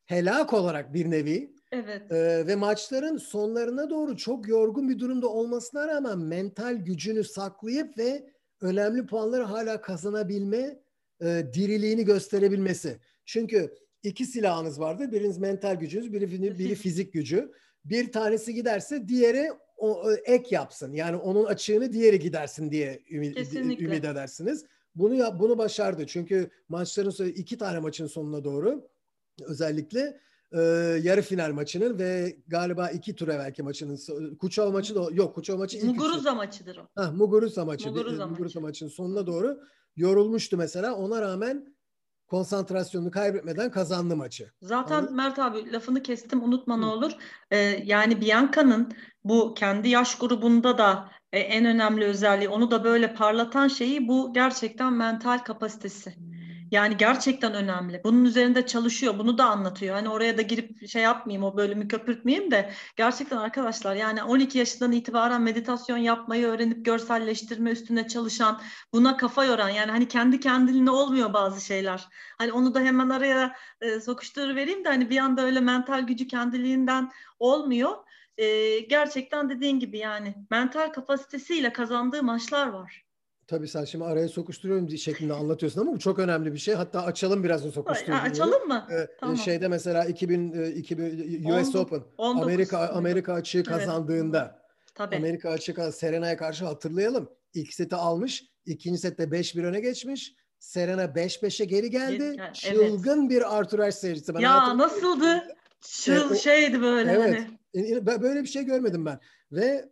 helak olarak bir nevi. Evet. Ee, ve maçların sonlarına doğru çok yorgun bir durumda olmasına rağmen mental gücünü saklayıp ve önemli puanları hala kazanabilme e, diriliğini gösterebilmesi. Çünkü iki silahınız vardır. Biriniz mental gücünüz, biri, biri fizik gücü. Bir tanesi giderse diğeri o, ek yapsın. Yani onun açığını diğeri gidersin diye ümit, ümit edersiniz. Bunu yap, bunu başardı. Çünkü maçların iki tane maçın sonuna doğru özellikle e, yarı final maçının ve galiba iki tur evvelki maçının Kuçova maçı da yok. Kuçova maçı ilk Muguruza maçıdır o. Ha, Muguruza maçı. Muguruza, Muguruza maçı. maçının sonuna doğru yorulmuştu mesela. Ona rağmen konsantrasyonunu kaybetmeden kazandı maçı. Zaten Anladın? Mert abi lafını kestim, unutma ne olur. Ee, yani Bianca'nın bu kendi yaş grubunda da e, en önemli özelliği, onu da böyle parlatan şeyi bu gerçekten mental kapasitesi. Yani gerçekten önemli. Bunun üzerinde çalışıyor. Bunu da anlatıyor. Hani oraya da girip şey yapmayayım, o bölümü köpürtmeyeyim de gerçekten arkadaşlar yani on iki yaşından itibaren meditasyon yapmayı öğrenip görselleştirme üstüne çalışan, buna kafa yoran, yani hani kendi kendiliğine olmuyor bazı şeyler. Hani onu da hemen araya e, sokuşturuvereyim de hani bir anda öyle mental gücü kendiliğinden olmuyor. E, gerçekten dediğin gibi yani mental kapasitesiyle kazandığı maçlar var. Tabii sen şimdi araya sokuşturuyorum şeklinde anlatıyorsun ama bu çok önemli bir şey. Hatta açalım biraz o sokuşturduğun yeri. Açalım mı? Ee, Tamam. Şeyde mesela iki bin, iki bin U S Open on dokuz Amerika Amerika açığı kazandığında evet. Tabii. Amerika açığı Serena'ya karşı hatırlayalım. İlk seti almış. İkinci sette beş bir öne geçmiş. Serena beş beşe geri geldi. Gel, Çılgın evet. bir Arthur Ashe seyircisi. Ben ya nasıldı? Çıl e, o, şeydi böyle evet. hani. Böyle bir şey görmedim ben. Ve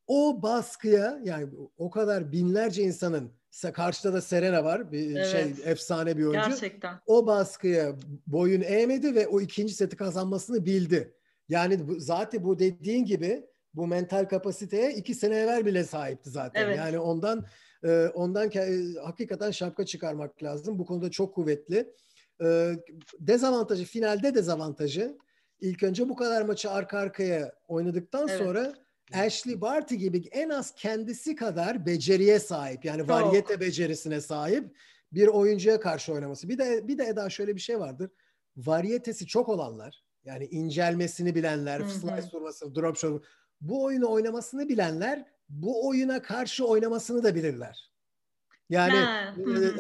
o baskıya yani o kadar binlerce insanın karşıda da Serena var. Bir evet. şey efsane bir oyuncu. Gerçekten. O baskıya boyun eğmedi ve o ikinci seti kazanmasını bildi. Yani bu, zaten bu dediğin gibi bu mental kapasiteye iki sene evvel bile sahipti zaten. Evet. Yani ondan e, ondan e, hakikaten şapka çıkarmak lazım. Bu konuda çok kuvvetli. E, dezavantajı, finalde dezavantajı. İlk önce bu kadar maçı arka arkaya oynadıktan evet. sonra Ashley Barty gibi en az kendisi kadar beceriye sahip. Yani çok. Varyete becerisine sahip bir oyuncuya karşı oynaması. Bir de bir de Eda şöyle bir şey vardır. Varyetesi çok olanlar, yani incelmesini bilenler, hı-hı. slice vurması, drop shot, bu oyunu oynamasını bilenler bu oyuna karşı oynamasını da bilirler. Yani ya,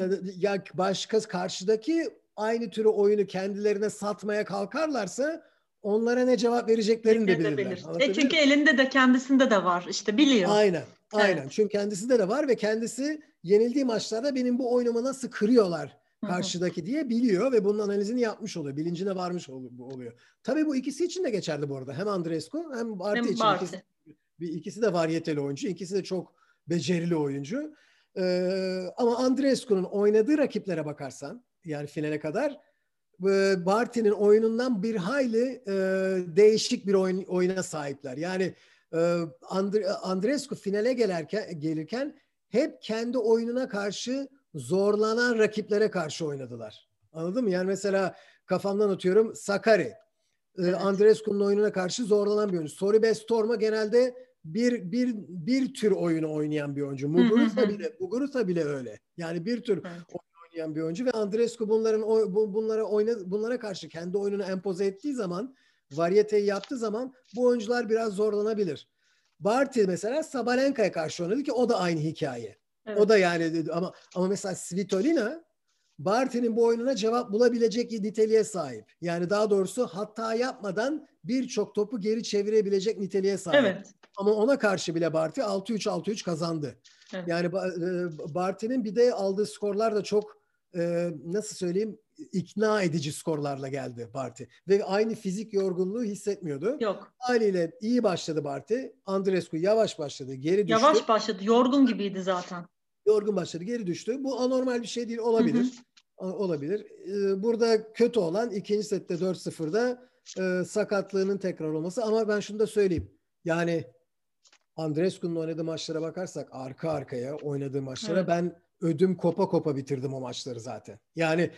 ya başka karşıdaki aynı türü oyunu kendilerine satmaya kalkarlarsa onlara ne cevap vereceklerini de bilirler. E çünkü elinde de kendisinde de var. İşte biliyor. Aynen. Aynen. Evet. Çünkü kendisinde de var ve kendisi yenildiği maçlarda benim bu oyunumu nasıl kırıyorlar karşıdaki diye biliyor ve bunun analizini yapmış oluyor. Bilincine varmış oluyor. Tabii bu ikisi için de geçerli bu arada. Hem Andreescu hem Barty hem için. Barty. İkisi, ikisi de varyeteli oyuncu. İkisi de çok becerili oyuncu. Ee, ama Andreescu'nun oynadığı rakiplere bakarsan yani finale kadar Barty'nin oyunundan bir hayli e, değişik bir oyun, oyuna sahipler. Yani e, Andre, Andreescu finale gelirken, gelirken hep kendi oyununa karşı zorlanan rakiplere karşı oynadılar. Anladın mı? Yani mesela kafamdan atıyorum Sakkari. Evet. Andreescu'nun oyununa karşı zorlanan bir oyuncu. Soribes Storma genelde bir bir bir tür oyunu oynayan bir oyuncu. Muguruza bile Muguruza bile öyle. Yani bir tür evet. oynayan bir oyuncu ve Andreescu bunların bunlara oyna, bunlara karşı kendi oyununu empoze ettiği zaman, varyeteyi yaptığı zaman bu oyuncular biraz zorlanabilir. Barty mesela Sabalenka'ya karşı oynadı ki o da aynı hikaye. Evet. O da yani ama ama mesela Svitolina Barty'nin bu oyununa cevap bulabilecek niteliğe sahip. Yani daha doğrusu hata yapmadan birçok topu geri çevirebilecek niteliğe sahip. Evet. Ama ona karşı bile Barty altı üç altı üç kazandı. Evet. Yani Barty'nin bir de aldığı skorlar da çok e, nasıl söyleyeyim ikna edici skorlarla geldi Barty. Ve aynı fizik yorgunluğu hissetmiyordu. Yok. Haliyle iyi başladı Barty. Andreescu yavaş başladı, geri düştü. Yavaş başladı, yorgun gibiydi zaten. Yorgun başladı, geri düştü. Bu anormal bir şey değil, olabilir. Hı hı. Olabilir. Burada kötü olan ikinci sette dört sıfırda e, sakatlığının tekrar olması. Ama ben şunu da söyleyeyim. Yani Andreescu'nun oynadığı maçlara bakarsak arka arkaya oynadığı maçlara evet. ben ödüm kopa kopa bitirdim o maçları zaten. Yani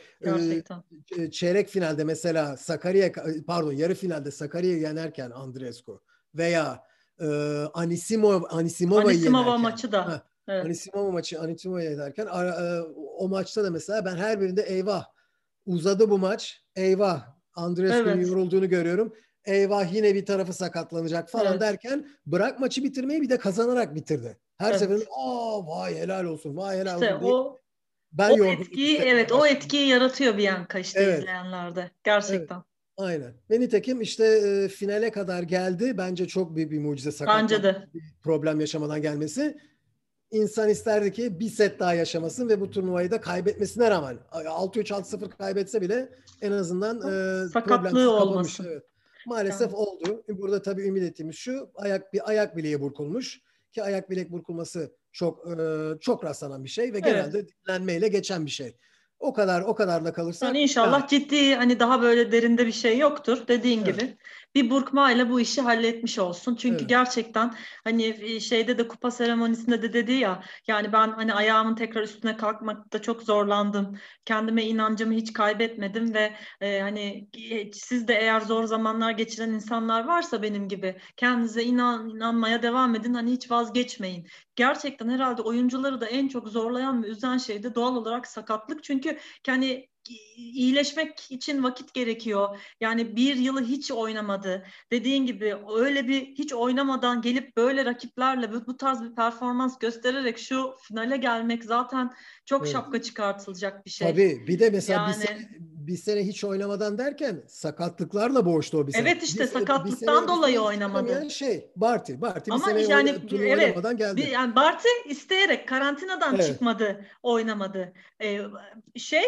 e, çeyrek finalde mesela Sakarya pardon yarı finalde Sakarya'yı yenerken Andreescu veya e, Anisimova Anisimova'yı Anisimova yenerken maçı da. Ha, evet. Anisimova maçı Anisimova'yı yenerken o maçta da mesela ben her birinde eyvah uzadı bu maç. Eyvah Andreescu'nun Evet. yorulduğunu görüyorum. Eyvah yine bir tarafı sakatlanacak falan Evet. derken bırak maçı bitirmeyi bir de kazanarak bitirdi. Her seferinde Evet. aa vay helal olsun vay helal İşte olsun diye o ben o yorgunluk etkiyi, hissetmeye evet, o başladım. etkiyi yaratıyor bir yanka işte Evet. izleyenlerde. Evet. Gerçekten. Aynen. Ve nitekim işte e, finale kadar geldi. Bence çok büyük bir mucize Bence sakatlanma de. bir problem yaşamadan gelmesi. İnsan isterdi ki bir set daha yaşamasın ve bu turnuvayı da kaybetmesine rağmen altı üç altı sıfır kaybetse bile en azından e, Sakatlığı problemsiz kapamış. olmasın. Evet. Maalesef Yani. oldu. Burada tabii ümit ettiğimiz şu ayak bir ayak bileği burkulmuş ki ayak bilek burkulması çok e, çok rastlanan bir şey ve Evet. genelde dinlenmeyle geçen bir şey. O kadar o kadarla Yani kalırsak inşallah gayet ciddi, hani daha böyle derinde bir şey yoktur dediğin evet. gibi. Bir burkmayla bu işi halletmiş olsun. Çünkü Evet. gerçekten hani e, şeyde de kupa seremonisinde de dedi ya, yani ben hani ayağımın tekrar üstüne kalkmakta çok zorlandım. Kendime inancımı hiç kaybetmedim ve e, hani e, siz de eğer zor zamanlar geçiren insanlar varsa benim gibi, kendinize inan, inanmaya devam edin. Hani hiç vazgeçmeyin. Gerçekten herhalde oyuncuları da en çok zorlayan ve üzen şey de doğal olarak sakatlık. Çünkü yani iyileşmek için vakit gerekiyor. Yani bir yılı hiç oynamadı. Dediğin gibi öyle bir hiç oynamadan gelip böyle rakiplerle bu, bu tarz bir performans göstererek şu finale gelmek zaten çok Evet. şapka çıkartılacak bir şey. Tabii bir de mesela bir Yani sene bir sene hiç oynamadan derken sakatlıklarla boğuştu o bir sene. evet, Bir işte sene bir sakatlıktan sene bir sene dolayı hiç oynamayan oynamadı. şey Barty. Barty bir Ama sene yani oyna, turnuva evet, oynamadan bir, geldi. yani Barty isteyerek karantinadan Evet. çıkmadı, oynamadı. Ee, şey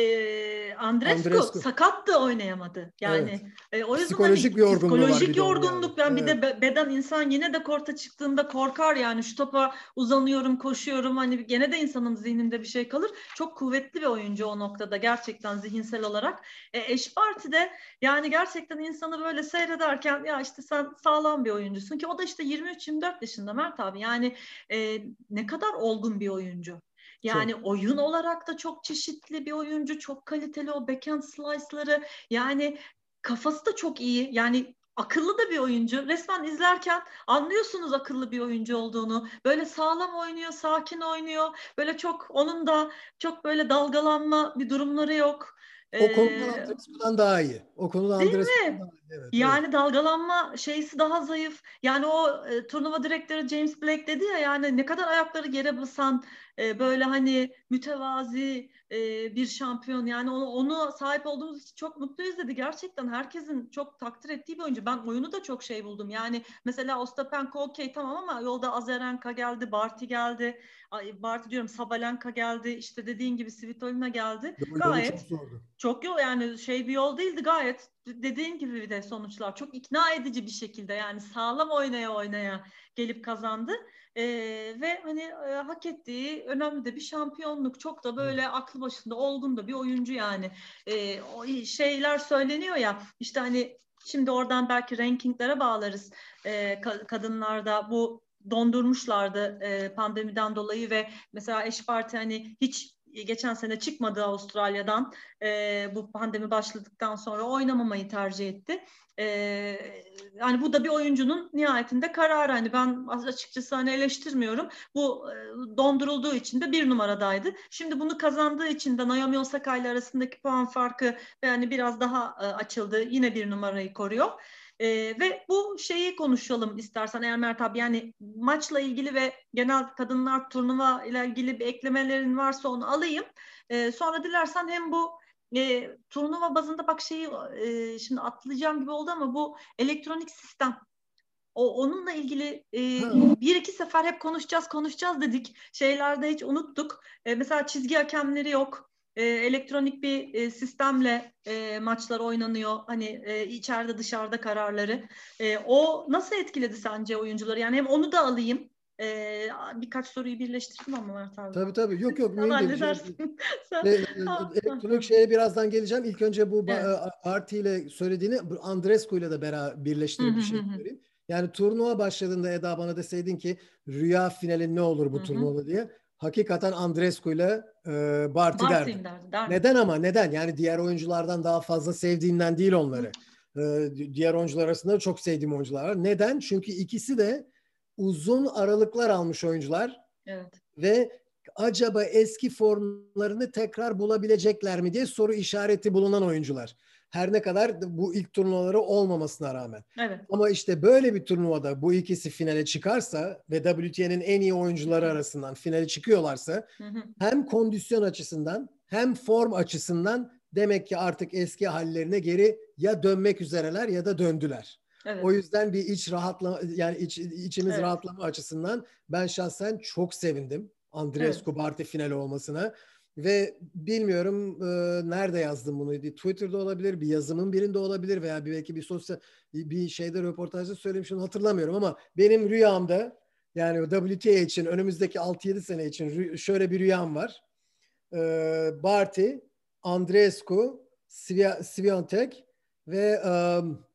e, Andreescu Andreescu. sakattı, oynayamadı. Evet. Yani e, o yüzden hani Psikolojik bir yorgunluğu var bir psikolojik de onun yani. yorgunluk, ben bir Evet. de be- beden, insan yine de korta çıktığında korkar yani, şu topa uzanıyorum, koşuyorum, hani gene de insanın zihninde bir şey kalır. Çok kuvvetli bir oyuncu o noktada gerçekten zihinsel olarak. E, Eş Barty'de yani gerçekten insanı böyle seyrederken ya işte sen sağlam bir oyuncusun ki o da işte yirmi üç yirmi dört yaşında Mert abi. Yani e, ne kadar olgun bir oyuncu. Yani Çok. oyun olarak da çok çeşitli bir oyuncu, çok kaliteli o backhand slice'ları. Yani kafası da çok iyi. Yani akıllı da bir oyuncu. Resmen izlerken anlıyorsunuz akıllı bir oyuncu olduğunu. Böyle sağlam oynuyor, sakin oynuyor. Böyle çok, onun da çok böyle dalgalanma bir durumları yok. O konuda Ee, Andreescu'dan daha iyi. O konuda Değil Andreescu'dan mi? daha iyi. Evet, evet. Yani dalgalanma şeysi daha zayıf. Yani o e, turnuva direktörü James Blake dedi ya, yani ne kadar ayakları yere basan e, böyle hani mütevazi e, bir şampiyon. Yani onu, onu sahip olduğumuz için çok mutluyuz dedi. Gerçekten herkesin çok takdir ettiği bir oyuncu. Ben oyunu da çok şey buldum. Yani mesela Ostapenko okey tamam ama yolda Azarenka geldi, Barty geldi. Ay, Barty diyorum, Sabalenka geldi. İşte dediğin gibi Svitolina geldi. Yolu, yolu çok Gayet zordu. çok yol, yani şey bir yol değildi, gayet dediğin gibi bir de sonuçlar çok ikna edici bir şekilde, yani sağlam oynaya oynaya gelip kazandı. Ee, ve hani e, hak ettiği önemli de bir şampiyonluk, çok da Evet. böyle aklı başında olgun da bir oyuncu yani. Ee, o şeyler söyleniyor ya işte, hani şimdi oradan belki rankinglere bağlarız. Ee, kadınlarda bu dondurmuşlardı e, pandemiden dolayı ve mesela Eş Parti hani hiç geçen sene çıkmadı Avustralya'dan, e, bu pandemi başladıktan sonra oynamamayı tercih etti. E, yani bu da bir oyuncunun nihayetinde kararı. Hani ben açıkçası hani eleştirmiyorum. Bu e, dondurulduğu için de bir numaradaydı. Şimdi bunu kazandığı için de Naomi Osaka ile arasındaki puan farkı yani biraz daha e, açıldı. Yine bir numarayı koruyor. E, ve bu şeyi konuşalım istersen eğer Mert abi, yani maçla ilgili ve genel kadınlar turnuva ile ilgili bir eklemelerin varsa onu alayım. E, sonra dilersen hem bu e, turnuva bazında bak şeyi e, şimdi atlayacağım gibi oldu ama bu elektronik sistem, o onunla ilgili e, Ha. bir iki sefer hep konuşacağız konuşacağız dedik. Şeylerde hiç unuttuk. E, mesela çizgi hakemleri yok. E, elektronik bir e, sistemle e, maçlar oynanıyor. Hani e, içeride dışarıda kararları. E, o nasıl etkiledi sence oyuncuları? Yani hem onu da alayım. E, birkaç soruyu birleştirdim ama Mert abi Tabii ben. tabii. Yok yok Sen mühim değil. Şey, halledersin. Sen... şey, e, Ah, ah, elektronik ah. şeye birazdan geleceğim. İlk önce bu Evet. ba- e, Arti ile söylediğini bu Andreescu ile de beraber Hı birleştirip hı bir hı şey hı. söyleyeyim. Yani turnuva başladığında Eda bana deseydin ki rüya finali ne olur Hı bu hı. turnuvada diye. Hakikaten Andreescu ile e, Barty derdim. Bartayım derdi, derdim. Neden ama neden? Yani diğer oyunculardan daha fazla sevdiğimden değil onları. E, diğer oyuncular arasında çok sevdiğim oyuncular var. Neden? Çünkü ikisi de uzun aralıklar almış oyuncular Evet. ve acaba eski formlarını tekrar bulabilecekler mi diye soru işareti bulunan oyuncular. Her ne kadar bu ilk turnuvaları olmamasına rağmen. Evet. Ama işte böyle bir turnuvada bu ikisi finale çıkarsa ve W T A'nın en iyi oyuncuları arasından finale çıkıyorlarsa Hı hı. hem kondisyon açısından hem form açısından demek ki artık eski hallerine geri ya dönmek üzereler ya da döndüler. Evet. O yüzden bir iç rahatla yani iç, içimiz Evet. rahatlama açısından ben şahsen çok sevindim Andreescu Evet. Barty finali olmasına. Ve bilmiyorum e, nerede yazdım bunu. Twitter'da olabilir, bir yazımın birinde olabilir veya bir, belki bir sosyal bir şeyde röportajda söylemişim hatırlamıyorum ama benim rüyamda yani W T A için önümüzdeki altı yedi sene için rü- şöyle bir rüyam var. E, Barty, Andreescu, Svi- Swiatek ve um,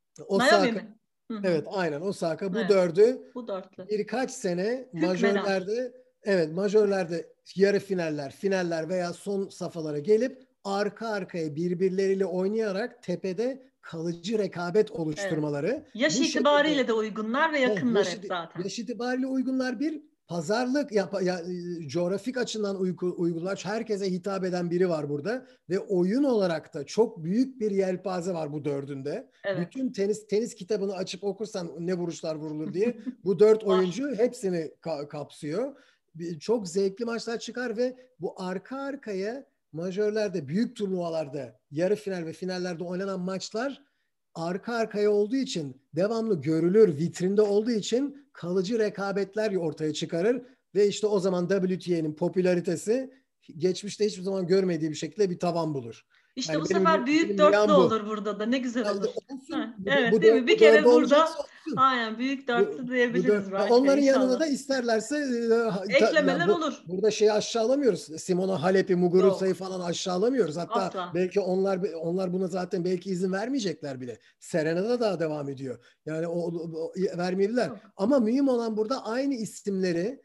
Miami Osaka. mi? Hı hı. Evet, aynen Osaka. Bu Evet. dördü Bu dörtlü. birkaç sene Hükmeder. majörlerde, evet majörlerde yarı finaller, finaller veya son safhalara gelip arka arkaya birbirleriyle oynayarak tepede kalıcı rekabet Evet. oluşturmaları. Yaş Bu şekilde itibariyle de uygunlar ve evet, yakınlar yaş, hep zaten. yaş itibariyle uygunlar bir pazarlık ya, ya, coğrafik açıdan uygu, uygular. Herkese hitap eden biri var burada ve oyun olarak da çok büyük bir yelpaze var bu dördünde. Evet. Bütün tenis tenis kitabını açıp okursan ne vuruşlar vurulur diye bu dört oyuncu hepsini ka- kapsıyor. Bir, çok zevkli maçlar çıkar ve bu arka arkaya majörlerde, büyük turnuvalarda, yarı final ve finallerde oynanan maçlar arka arkaya olduğu için devamlı görülür, vitrinde olduğu için kalıcı rekabetler ortaya çıkarır ve işte o zaman W T A'nın popülaritesi geçmişte hiçbir zaman görmediği bir şekilde bir tavan bulur. İşte Yani bu benim sefer büyük benim dörtlü rüyam bu. olur burada da. Ne güzel Yani olur. olsun. Ha, Bu, evet bu, değil mi? dört, Bir bu dördü kere burada olacaksa olsun. aynen büyük Bu, dörtlü bu diyebiliriz dört, belki de onların yanına inşallah. da isterlerse e, ta- ya Eklemeler bu, olur. burada şeyi aşağılamıyoruz. Simona Halep'i, Muguruza'yı Yok. falan aşağılamıyoruz. Hatta Asla. belki onlar onlar buna zaten belki izin vermeyecekler bile. Serena'da daha devam ediyor. Yani o, o- o- vermeyebilirler. Yok. Ama mühim olan burada aynı isimleri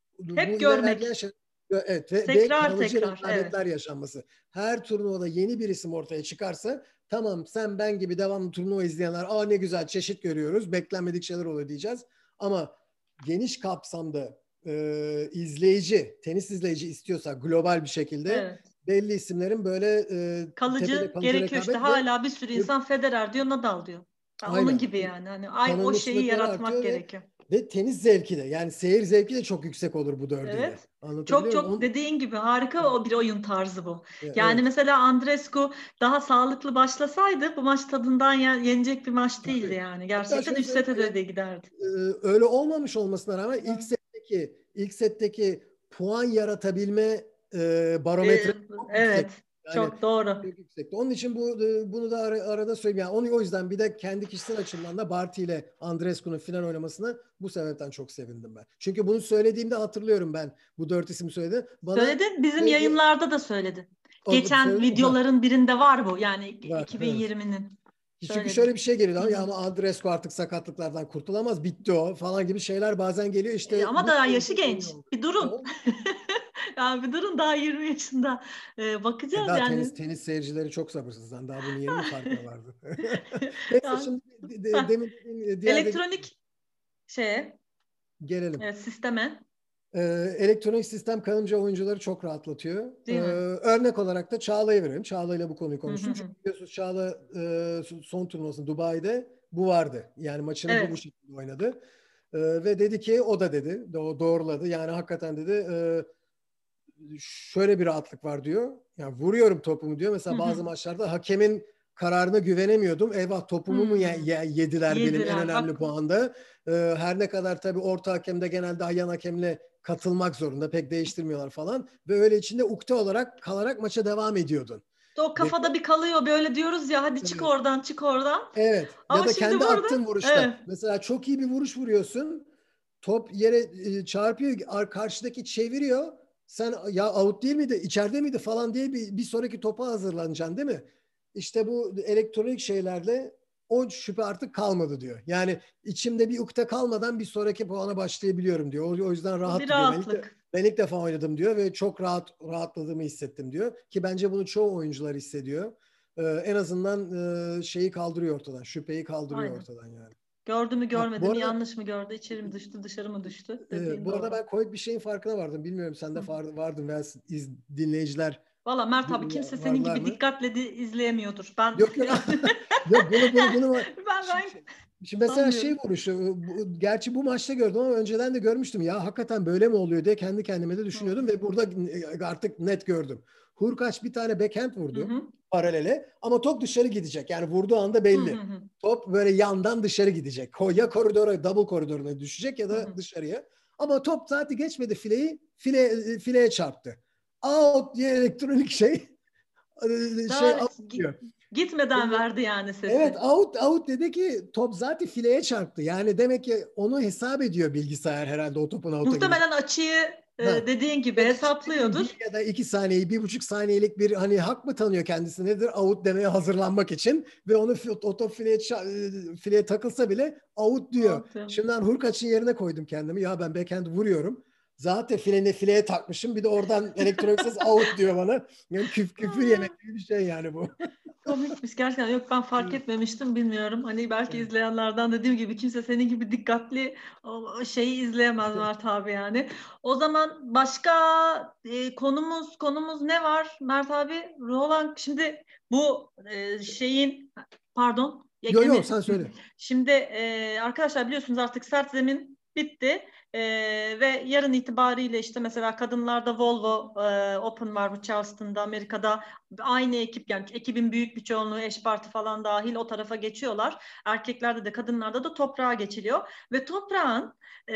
bu Hep ilerleyen görmek. şey, evet ve, ve Tekrar kalıcı tekrar. Evet. rekabetler yaşanması. Her turnuvada yeni bir isim ortaya çıkarsa tamam sen ben gibi devamlı turnuva izleyenler aa ne güzel çeşit görüyoruz. Beklenmedik şeyler oluyor diyeceğiz. Ama geniş kapsamda e, izleyici, tenis izleyici istiyorsa global bir şekilde Evet. belli isimlerin böyle e, tepede Kalıcı kalıcı gerekiyor işte. rekabet ve Hala bir sürü insan Federer diyor, Nadal diyor. Ha, onun aynen gibi yani. Hani ay o şeyi tanınmışlıkları yaratmak artıyor ve gerekiyor. ve tenis zevki de yani seyir zevki de çok yüksek olur bu dördüyle. Evet. Çok Anlatabiliyor muyum? çok On, dediğin gibi harika o bir oyun tarzı bu. Yani evet. mesela Andreescu daha sağlıklı başlasaydı bu maç tadından yenecek bir maç değildi Tabii. yani. Hatta Gerçekten şöyle üç sete söyleyeyim, de giderdi. e, öyle olmamış olmasına rağmen ilk Hı. setteki ilk setteki puan yaratabilme e, Ee, barometre çok yüksek. evet. Yani Çok doğru. çok yüksekti. Onun için bu e, bunu da ara- arada söyleyeyim. Yani onu o yüzden bir de kendi kişisel açımdan da Barty ile Andreescu'nun final oynamasına bu sebepten çok sevindim ben. Çünkü bunu söylediğimde hatırlıyorum ben bu dört isim söyledi. Bana Söyledin. Bizim e, e, yayınlarda da söyledin. o, Geçen söyledim ha videoların birinde var bu. Yani var evet. iki bin yirminin. Çünkü şöyle Söyledin. bir şey geliyor Hı ya hı. ama Andreescu artık sakatlıklardan kurtulamaz. Bitti o falan gibi şeyler bazen geliyor. E, İşte ama bu daha yaşı oyuncu oyun genç. oldu. Bir E, durun. o- Ya bir durun daha yirmi yaşında. Ee, e, bakacağız daha yani. tenis tenis seyircileri çok sabırsızdan. Daha bunun yeni mi farkına vardı? Neyse Ya, şimdi de, de- heh. demin dediğim, diğer dediğim Elektronik şeye, gelelim. evet, sisteme, Ee, elektronik sistem karınca oyuncuları çok rahatlatıyor. Ee, değil mi? örnek olarak da Çağla'yı verelim. Çağla ile bu konuyu Hı hı konuştum. Çünkü hı. biliyorsunuz Çağla e, son turnuvasında Dubai'de bu vardı. Yani maçını bu bu Evet. şekilde oynadı. Ee, ve dedi ki o da dedi. O doğruladı. Yani hakikaten dedi e, şöyle bir rahatlık var diyor. Yani vuruyorum topumu diyor. Hı Mesela hı. bazı maçlarda hakemin kararına güvenemiyordum. Eyvah topumu mu ye- Hmm. ye- yediler benim en Yediler. önemli Bak puanda. Ee, her ne kadar tabii orta hakemde genelde yan hakemle katılmak zorunda. Pek değiştirmiyorlar falan. Ve öyle içinde ukde olarak kalarak maça devam ediyordun. o Ve kafada bir kalıyor böyle diyoruz ya hadi çık evet, oradan çık oradan. evet. Ya Ama da şimdi kendi burada attığın vuruşta. evet. Mesela çok iyi bir vuruş vuruyorsun. Top yere e, çarpıyor. ar- Karşıdaki çeviriyor. Sen ya out değil miydi, içeride miydi falan diye bir, bir sonraki topa hazırlanacaksın değil mi? İşte bu elektronik şeylerle o şüphe artık kalmadı diyor. Yani içimde bir ukde kalmadan bir sonraki puana başlayabiliyorum diyor. O, o yüzden Bu bir rahattı diyor. Ben ilk, de, rahatlık. ben ilk defa oynadım diyor ve çok rahat rahatladığımı hissettim diyor. Ki bence bunu çoğu oyuncular hissediyor. Ee, en azından e, şeyi kaldırıyor ortadan. Şüpheyi kaldırıyor Aynen. ortadan yani. Gördü mü Ha, görmedi bu mi arada yanlış mı gördü içeri mi düştü dışarı mı düştü e, dediğin bu arada doğru. ben komik bir şeyin farkına vardım. Bilmiyorum sen de Hı. far, vardın veya iz, dinleyiciler Valla Mert abi kimse senin Varlar gibi mı? dikkatle de izleyemiyordur. Ben Yok yok. yani Yok bunu bunu bunu ben Şi- ben şi- şimdi mesela şey sanmıyorum. vuruşu bu, gerçi bu maçta gördüm ama önceden de görmüştüm ya hakikaten böyle mi oluyor diye kendi kendime de Hı düşünüyordum ve burada artık net gördüm. Hurkaç bir tane backhand hı vurdu hı paralele ama top dışarı gidecek. Yani vurduğu anda hı hı belli. hı Top böyle yandan dışarı gidecek. Ko- Ya koridora, double koridoruna düşecek ya da hı. dışarıya. Ama top zaten geçmedi fileyi. File, fileye çarptı. Out diye elektronik şey şey Daha out gi- diyor. gitmeden verdi yani Evet sesi. out out dedi ki top zaten fileye çarptı. Yani demek ki onu hesap ediyor bilgisayar herhalde o topun out'a gidecek. Muhtemelen açıyı e, Ha. dediğin gibi Evet işte ne bileyim hesaplıyordur. bir ya da iki saniyeyi bir buçuk saniyelik bir hani hak mı tanıyor kendisi nedir out demeye hazırlanmak için ve onu fi- o top fileye, ça- e, fileye takılsa bile out diyor. Atıyorum. Şimdiden Hurkaç'ın yerine koydum kendimi. Ya ben backhand vuruyorum. Zaten filene fileye takmışım. Bir de oradan elektronik ses out diyor bana. Yani küf, küfür yemek gibi bir şey yani bu. Komikmiş gerçekten. Yok ben fark etmemiştim bilmiyorum. Hani belki izleyenlerden dediğim gibi kimse senin gibi dikkatli o şeyi izleyemez Mert abi yani. O zaman başka e, konumuz konumuz ne var Mert abi? Roland şimdi bu e, şeyin pardon Yo yo ekleme sen söyle. şimdi e, arkadaşlar biliyorsunuz artık sert zemin bitti. Ee, ve yarın itibariyle işte mesela kadınlarda Volvo e, Open var bu Charleston'da Amerika'da aynı ekip yani ekibin büyük bir çoğunluğu eş parti falan dahil o tarafa geçiyorlar. Erkeklerde de kadınlarda da toprağa geçiliyor ve toprağın e,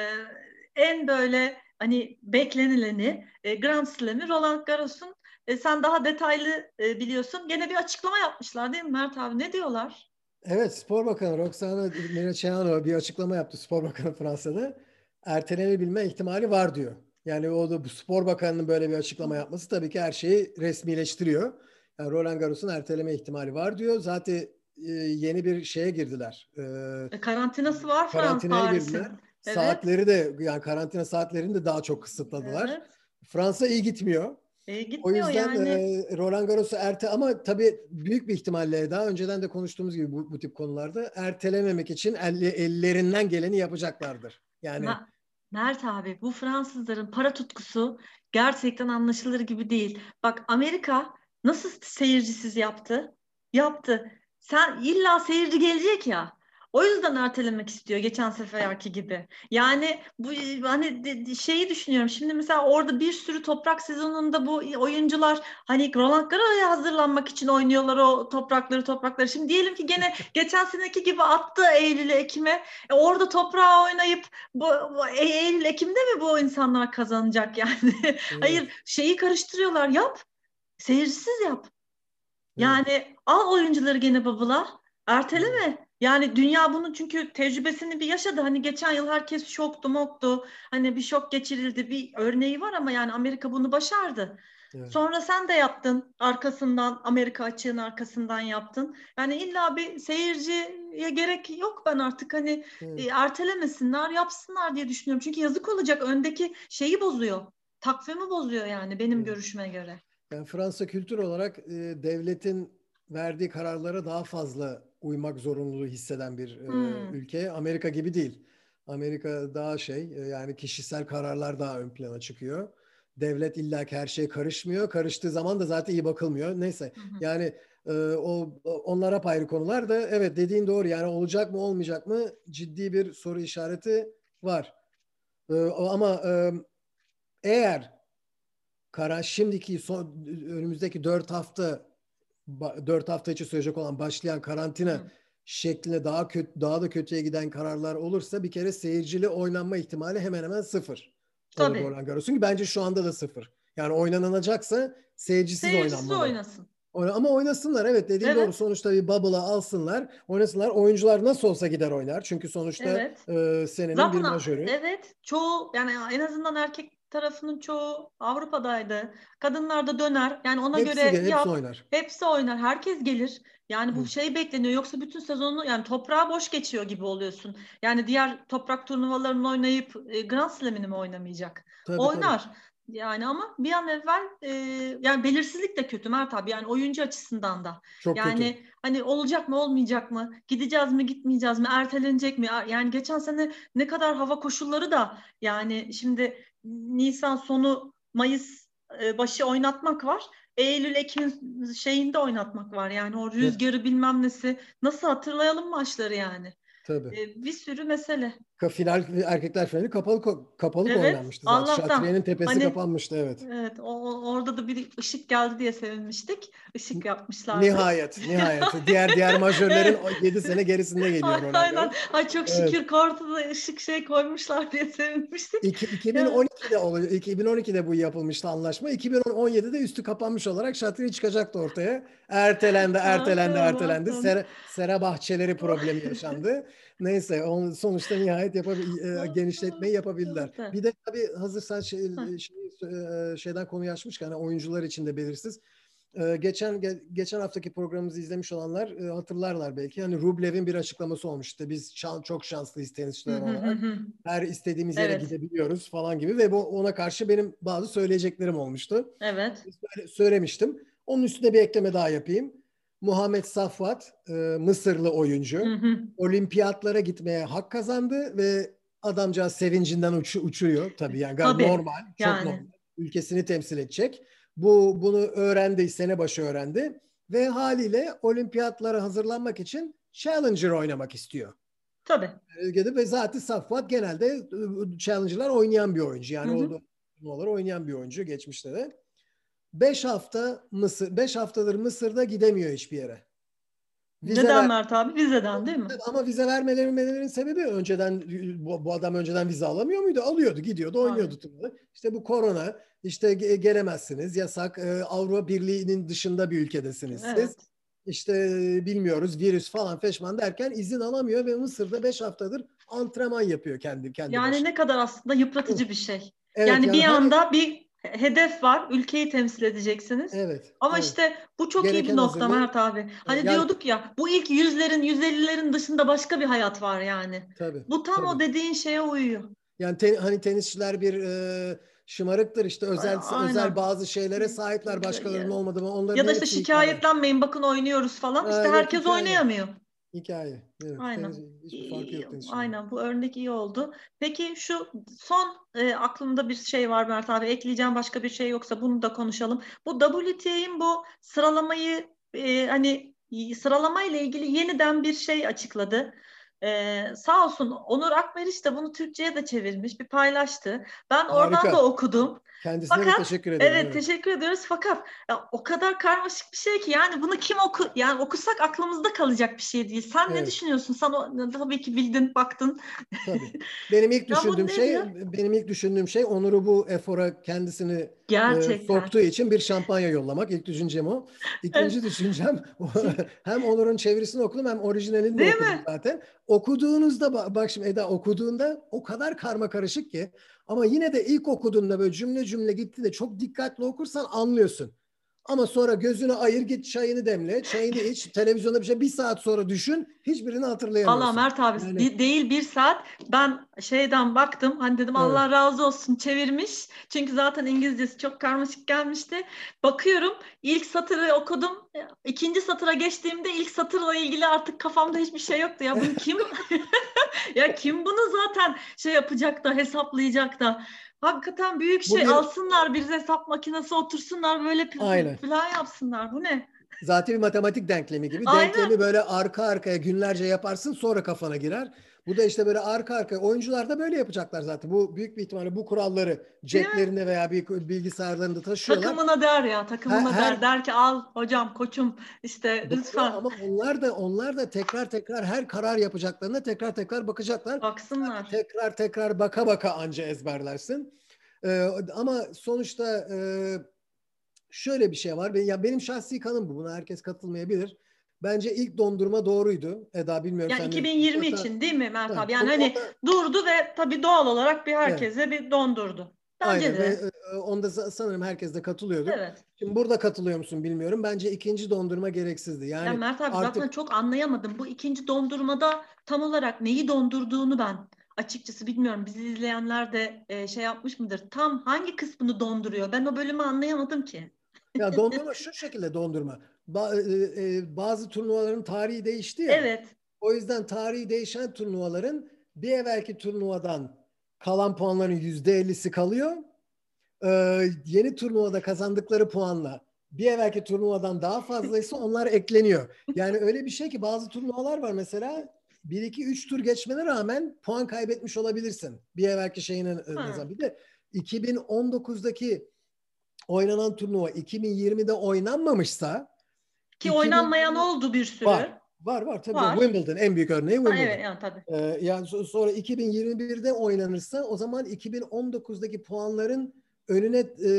en böyle hani beklenileni e, Grand Slam'i Roland Garros'un e, sen daha detaylı e, biliyorsun. Gene bir açıklama yapmışlar değil mi Mert abi? Ne diyorlar? Evet, Spor Bakanı Roxana Maraciano bir açıklama yaptı Spor Bakanı Fransa'da. Ertelenebilme ihtimali var diyor. Yani o da bu Spor Bakanı'nın böyle bir açıklama yapması tabii ki her şeyi resmileştiriyor. Yani Roland Garros'un erteleme ihtimali var diyor. Zaten e, yeni bir şeye girdiler. E, E, karantinası var Frans karantinaya girdiler. Paris'in. Evet. Saatleri de yani karantina saatlerini de daha çok kısıtladılar. Evet. Fransa iyi gitmiyor. E, O gitmiyor yüzden yani. e, Roland Garros'u erte ama tabii büyük bir ihtimalle daha önceden de konuştuğumuz gibi bu, bu tip konularda ertelememek için elle, ellerinden geleni yapacaklardır. Yani Ma Mert abi bu Fransızların para tutkusu gerçekten anlaşılır gibi değil. Bak Amerika nasıl seyircisiz yaptı? Yaptı. Sen illa seyirci gelecek ya. O yüzden ertelemek istiyor geçen seferki gibi. Yani bu hani de- de- şeyi düşünüyorum. Şimdi mesela orada bir sürü toprak sezonunda bu oyuncular hani Roland Garros'a hazırlanmak için oynuyorlar o toprakları toprakları. Şimdi diyelim ki gene geçen seneki gibi attı Eylül'e Ekim'e. E, orada toprağa oynayıp bu, bu e, Eylül, Ekim'de mi bu insanlar kazanacak yani? evet, Hayır, şeyi karıştırıyorlar. Yap, seyircisiz yap. evet, Yani al oyuncuları gene babula, evet. erteleme. Yani dünya bunun çünkü tecrübesini bir yaşadı. Hani geçen yıl herkes şoktu, moktu. Hani bir şok geçirildi, bir örneği var ama yani Amerika bunu başardı. Evet. Sonra sen de yaptın arkasından, Amerika açığın arkasından yaptın. Yani illa bir seyirciye gerek yok ben artık hani e, Evet. ertelemesinler, yapsınlar diye düşünüyorum. Çünkü yazık olacak öndeki şeyi bozuyor. Takvimi bozuyor yani benim Evet. görüşüme göre. Yani Fransa kültür olarak e, devletin verdiği kararlara daha fazla uymak zorunluluğu hisseden bir e, Hmm, ülke. Amerika gibi değil. Amerika daha şey e, yani kişisel kararlar daha ön plana çıkıyor. Devlet illaki her şeye karışmıyor. Karıştığı zaman da zaten iyi bakılmıyor. Neyse hı hı. yani e, o onlar apayrı konular da evet dediğin doğru. Yani olacak mı olmayacak mı ciddi bir soru işareti var. E, ama e, eğer Kara şimdiki son, önümüzdeki dört hafta dört hafta içi sürecek olan başlayan Hı karantina hı. şeklinde daha kötü daha da kötüye giden kararlar olursa bir kere seyircili oynanma ihtimali hemen hemen sıfır olur Tabii. Roland Garros'un ki bence şu anda da sıfır. Yani oynanacaksa seyircisiz Seyircisiz oynanmalı. oynasın. Ama oynasınlar evet dediğin doğru. Evet. Sonuçta bir bubble'a alsınlar. Oynasınlar. Oyuncular nasıl olsa gider oynar. Çünkü sonuçta Evet. e, senenin bir Zaten majörü. evet çoğu yani en azından erkek tarafının çoğu Avrupa'daydı. Kadınlar da döner. Yani ona Hepsi göre hepsi yap. oynar. Hepsi oynar. Herkes gelir. Yani bu Evet. şey bekleniyor. Yoksa bütün sezonu yani toprağa boş geçiyor gibi oluyorsun. Yani diğer toprak turnuvalarını oynayıp e, Grand Slam'ini mi oynamayacak? Tabii tabii. Oynar. Yani ama bir an evvel e, yani belirsizlik de kötü Mert abi. Yani oyuncu açısından da. Çok kötü. Yani hani olacak mı olmayacak mı? Gideceğiz mi gitmeyeceğiz mi? Ertelenecek mi? Yani geçen sene ne kadar hava koşulları da yani şimdi Nisan sonu Mayıs e, başı oynatmak var. Eylül, Ekim şeyinde oynatmak var. Yani o Tabii. rüzgarı bilmem nesi. Nasıl hatırlayalım maçları yani. Tabii. E, bir sürü mesele. Final, erkekler finali kapalı kapalı Evet, oynanmıştı zaten. Allah'tan. Şatriye'nin tepesi Hani kapanmıştı, evet. evet, o, o- orada da bir ışık geldi diye sevinmiştik. Işık yapmışlardı. Nihayet, nihayet. Diğer diğer majörlerin Evet. yedi sene gerisinde geliyor Aynen. Roland Ay çok Evet. şükür kartı da ışık şey koymuşlar diye sevinmiştik. İki- 2012'de oluyor. iki bin on ikide bu yapılmıştı anlaşma. iki bin on yedide üstü kapanmış olarak Şatriye çıkacaktı ortaya. Ertelendi, Ah, ertelendi, ertelendi. Allah'ım. Sera, sera bahçeleri problemi yaşandı. Neyse, onun sonuçta nihayet yapabil- e, genişletmeyi yapabildiler. Evet, evet. Bir de tabii hazır sen şey, Heh. şey, e, şeyden konuyu açmışken, hani oyuncular için de belirsiz. Ee, Geçen ge- geçen haftaki programımızı izlemiş olanlar e, hatırlarlar belki. Hani Rublev'in bir açıklaması olmuştu. Biz şan, çok şanslıyız Hı tenisçiler hı hı olarak. hı. Her istediğimiz yere Evet, gidebiliyoruz falan gibi ve bu, ona karşı benim bazı söyleyeceklerim olmuştu. evet. Söyle- söylemiştim. Onun üstüne bir ekleme daha yapayım. Muhammed Safvat, e, Mısırlı Hı oyuncu, hı. olimpiyatlara gitmeye hak kazandı ve adamcağız sevincinden uçu, uçuyor. Tabii yani gayet Tabii normal, çok yani. normal. Ülkesini temsil edecek. Bu bunu öğrendi, sene başı öğrendi ve haliyle olimpiyatlara hazırlanmak için Challenger oynamak istiyor. Tabii. Bölgede ve zaten Safvat genelde e, Challenger'lar oynayan bir oyuncu. Hı Yani hı. o turnuvaları oynayan bir oyuncu geçmişte de. Beş hafta Mısır, beş haftadır Mısır'da gidemiyor hiçbir yere. Vize Neden ver Mert abi? Vizeden değil mi? ama vize vermelerinin sebebi önceden bu, bu adam önceden vize alamıyor muydu? Alıyordu, gidiyordu, Aynen. oynuyordu turnuva. İşte bu korona, işte ge- gelemezsiniz, yasak. E, Avrupa Birliği'nin dışında bir ülkedesiniz siz. Evet. İşte e, bilmiyoruz, virüs falan feşman derken izin alamıyor ve Mısır'da beş haftadır antrenman yapıyor kendi kendi Yani başına. ne kadar aslında yıpratıcı bir şey. Evet Yani yani bir hani anda bir hedef var. Ülkeyi temsil edeceksiniz. evet Ama evet işte bu çok iyi bir gereken nokta hazırlığı Mert abi. e, Hani yani diyorduk ya bu ilk yüzlerin, yüz ellilerin dışında başka bir hayat var yani. tabii Bu tam o tabii. dediğin şeye uyuyor. Yani te- hani tenisçiler bir e, şımarıktır, işte A- özel özel Aynen. bazı şeylere sahipler, başkalarının Ya, olmadığı mı, onların ya da işte hepsi hikaye. şikayetlenmeyin bakın oynuyoruz falan. Ha, İşte yok, herkes hikaye. oynayamıyor. Hikaye. Evet. Tenis, Aynen. hiçbir farkı yok İyi, tenisçilerin. aynen bu örnek iyi oldu. Peki şu son e, aklımda bir şey var Mert abi. Ekleyeceğim başka bir şey yoksa bunu da konuşalım. Bu W T A'nin bu sıralamayı e, hani sıralamayla ilgili yeniden bir şey açıkladı. E, sağ olsun Onur Akmeriç de bunu Türkçe'ye de çevirmiş, bir paylaştı. Ben oradan da Harika. okudum. Kendisine de Fakat teşekkür edelim. evet Evet. teşekkür ediyoruz. Fakat ya, o kadar karmaşık bir şey ki yani bunu kim oku yani okusak aklımızda kalacak bir şey değil. Sen ne Evet. düşünüyorsun? Sen o, tabii ki bildin, baktın. Tabii. Benim ilk Ya bu düşündüğüm şey, nedir? benim ilk düşündüğüm şey Onur'u bu efora kendisini e, Gerçekten. soktuğu için bir şampanya yollamak. İlk düşüncem o. İkinci düşüncem hem Onur'un çevirisini okudum hem orijinalini de Değil okudum mi? zaten. Okuduğunuzda ba- bak şimdi Eda, okuduğunda o kadar karma karışık ki, ama yine de ilk okuduğunda böyle cümle cümle gitti de çok dikkatli okursan anlıyorsun. Ama sonra gözünü ayır, git çayını demle, çayını iç, televizyonda bir şey bir saat sonra düşün, hiçbirini Allah hatırlayamıyorsun. Mert abi Yani di- değil bir saat ben şeyden baktım hani dedim evet. Allah razı olsun çevirmiş çünkü zaten İngilizcesi çok karmaşık gelmişti bakıyorum ilk satırı okudum ikinci satıra geçtiğimde ilk satırla ilgili artık kafamda hiçbir şey yoktu ya bunu kim ya kim bunu zaten şey yapacak da hesaplayacak da hakikaten büyük Bu şey bir alsınlar bir hesap makinesi otursunlar böyle aynen. plan yapsınlar bu ne Zaten bir matematik denklemi gibi. aynen Denklemi böyle arka arkaya günlerce yaparsın, sonra kafana girer. Bu da işte böyle arka arkaya. Oyuncular da böyle yapacaklar zaten. Bu büyük bir ihtimalle bu kuralları değil mi? ceplerinde veya bir bilgisayarlarında taşıyorlar. Takımına der ya, Her, takımına der. her Der ki al hocam, koçum işte doğru, lütfen ama onlar da onlar da tekrar tekrar her karar yapacaklarına tekrar tekrar bakacaklar. baksınlar. Tekrar tekrar baka baka anca ezberlersin. Ee, ama sonuçta e, şöyle bir şey var. Ya benim şahsi kanım bu. Buna herkes katılmayabilir. Bence ilk dondurma doğruydu. Eda, bilmiyorum Yani sen ne iki bin yirmi düşünüyorsun. için değil mi Mert Ha, abi? Yani onu, hani onda, durdu ve tabii doğal olarak bir evet, herkese bir dondurdu. Bence aynen ve de. e, onda sanırım herkes de katılıyordur. Evet. Şimdi burada katılıyor musun bilmiyorum. Bence ikinci dondurma gereksizdi. Ya Yani Mert abi zaten artık çok anlayamadım. Bu ikinci dondurmada tam olarak neyi dondurduğunu ben açıkçası bilmiyorum. Bizi izleyenler de e, şey yapmış mıdır? Tam hangi kısmını donduruyor? Ben o bölümü anlayamadım ki. ya dondurma şu şekilde dondurma. Ba- e, e, bazı turnuvaların tarihi değişti ya. Evet. O yüzden tarihi değişen turnuvaların bir evvelki turnuvadan kalan puanların yüzde ellisi kalıyor. e, yeni turnuvada kazandıkları puanla bir evvelki turnuvadan daha fazlaysa onlar ekleniyor. Yani öyle bir şey ki bazı turnuvalar var mesela bir iki üç tur geçmene rağmen puan kaybetmiş olabilirsin. Bir evvelki şeyinin Ha. bir de iki bin on dokuzdaki oynanan turnuva iki bin yirmide oynanmamışsa Ki iki bin oynanmayan oldu bir sürü. var. Var var tabii canım. Var. Wimbledon en büyük örneği Ha, Wimbledon. evet yani tabii. Ee, yani sonra iki bin yirmi birde oynanırsa o zaman iki bin on dokuzdaki puanların önüne e,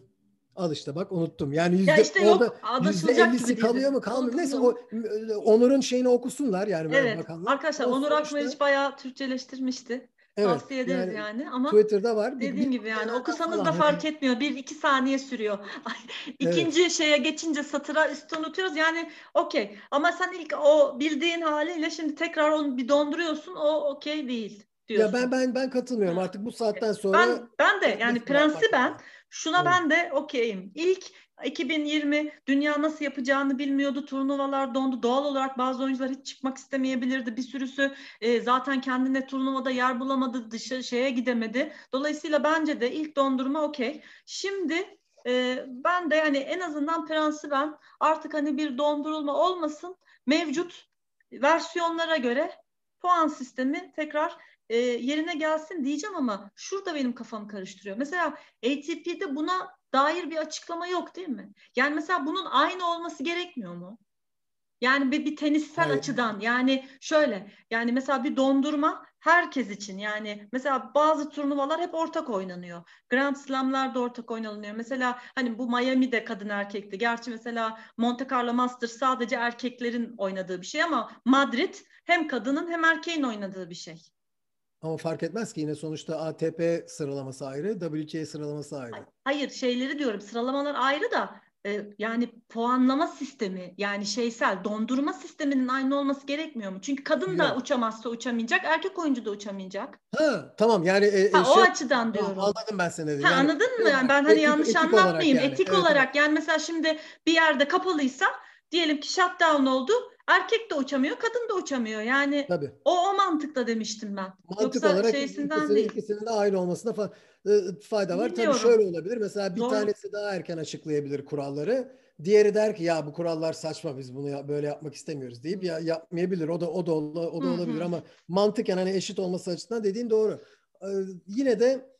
al işte bak unuttum. Yani Ya yüzde işte orada yok yüzde anlaşılacak gibi ellisi kalıyor değildi. mu kalmıyor mu? Neyse Unutulmuyor. o Onur'un şeyini okusunlar yani Evet. bakanlar. Arkadaşlar Ama Onur sonuçta Akmeriç bayağı Türkçeleştirmişti. evet Tavsiye ederiz yani yani ama Twitter'da var. Bir, bir dediğim gibi yani genelden okusanız falan da fark hani etmiyor. Bir iki saniye sürüyor. evet. İkinci şeye geçince satıra üstü unutuyoruz. Yani okey. Ama sen ilk o bildiğin haliyle şimdi tekrar onu bir donduruyorsun. O okey değil Ya ben diyorsun. ben ben katılmıyorum. Ha. Artık bu saatten sonra Ben ben de yani serbest bırakmak prensiben lazım. şuna Evet. ben de okeyim. İlk iki bin yirmi dünya nasıl yapacağını bilmiyordu. Turnuvalar dondu. Doğal olarak bazı oyuncular hiç çıkmak istemeyebilirdi. Bir sürüsü e, zaten kendine turnuvada yer bulamadı. Dışı şeye gidemedi. Dolayısıyla bence de ilk dondurma okey. Şimdi e, ben de yani en azından prensiben artık hani bir dondurulma olmasın. Mevcut versiyonlara göre puan sistemi tekrar e, yerine gelsin diyeceğim ama şurada benim kafamı karıştırıyor. Mesela A T P'de buna dair bir açıklama yok değil mi? Yani mesela bunun aynı olması gerekmiyor mu? Yani bir, bir tenissel Hayır. açıdan yani şöyle yani mesela bir dondurma herkes için yani mesela bazı turnuvalar hep ortak oynanıyor. Grand Slam'lar da ortak oynanıyor. Mesela hani bu Miami'de kadın erkekti. Gerçi mesela Monte Carlo Masters sadece erkeklerin oynadığı bir şey ama Madrid hem kadının hem erkeğin oynadığı bir şey. Ama fark etmez ki yine sonuçta A T P sıralaması ayrı, W T A sıralaması ayrı. Hayır şeyleri diyorum sıralamalar ayrı da e, yani puanlama sistemi yani şeysel dondurma sisteminin aynı olması gerekmiyor mu? Çünkü kadın da Yok. uçamazsa uçamayacak, erkek oyuncu da uçamayacak. Ha tamam yani e, e, Ha o şey açıdan tamam, diyorum. anladım ben seni dedim. Ha Yani anladın şey mı? Yani olarak ben hani etik yanlış etik olarak anlatmayayım. yani. Etik Evet evet. olarak yani mesela şimdi bir yerde kapalıysa diyelim ki shutdown oldu. Erkek de uçamıyor, kadın da uçamıyor. Yani Tabii. o o mantıkla demiştim ben. Mantık Yoksa olarak şeysinden ikisinin değil. ikisinin de aynı olmasına fa- e, fayda var. Tabii şöyle Bilmiyorum. olabilir. Mesela bir Zorlu. tanesi daha erken açıklayabilir kuralları. Diğeri der ki ya bu kurallar saçma biz bunu ya- böyle yapmak istemiyoruz deyip ya yapmayabilir. O da o da ola- o Hı da olabilir hı. ama mantıken hani eşit olması açısından dediğin doğru. Ee, yine de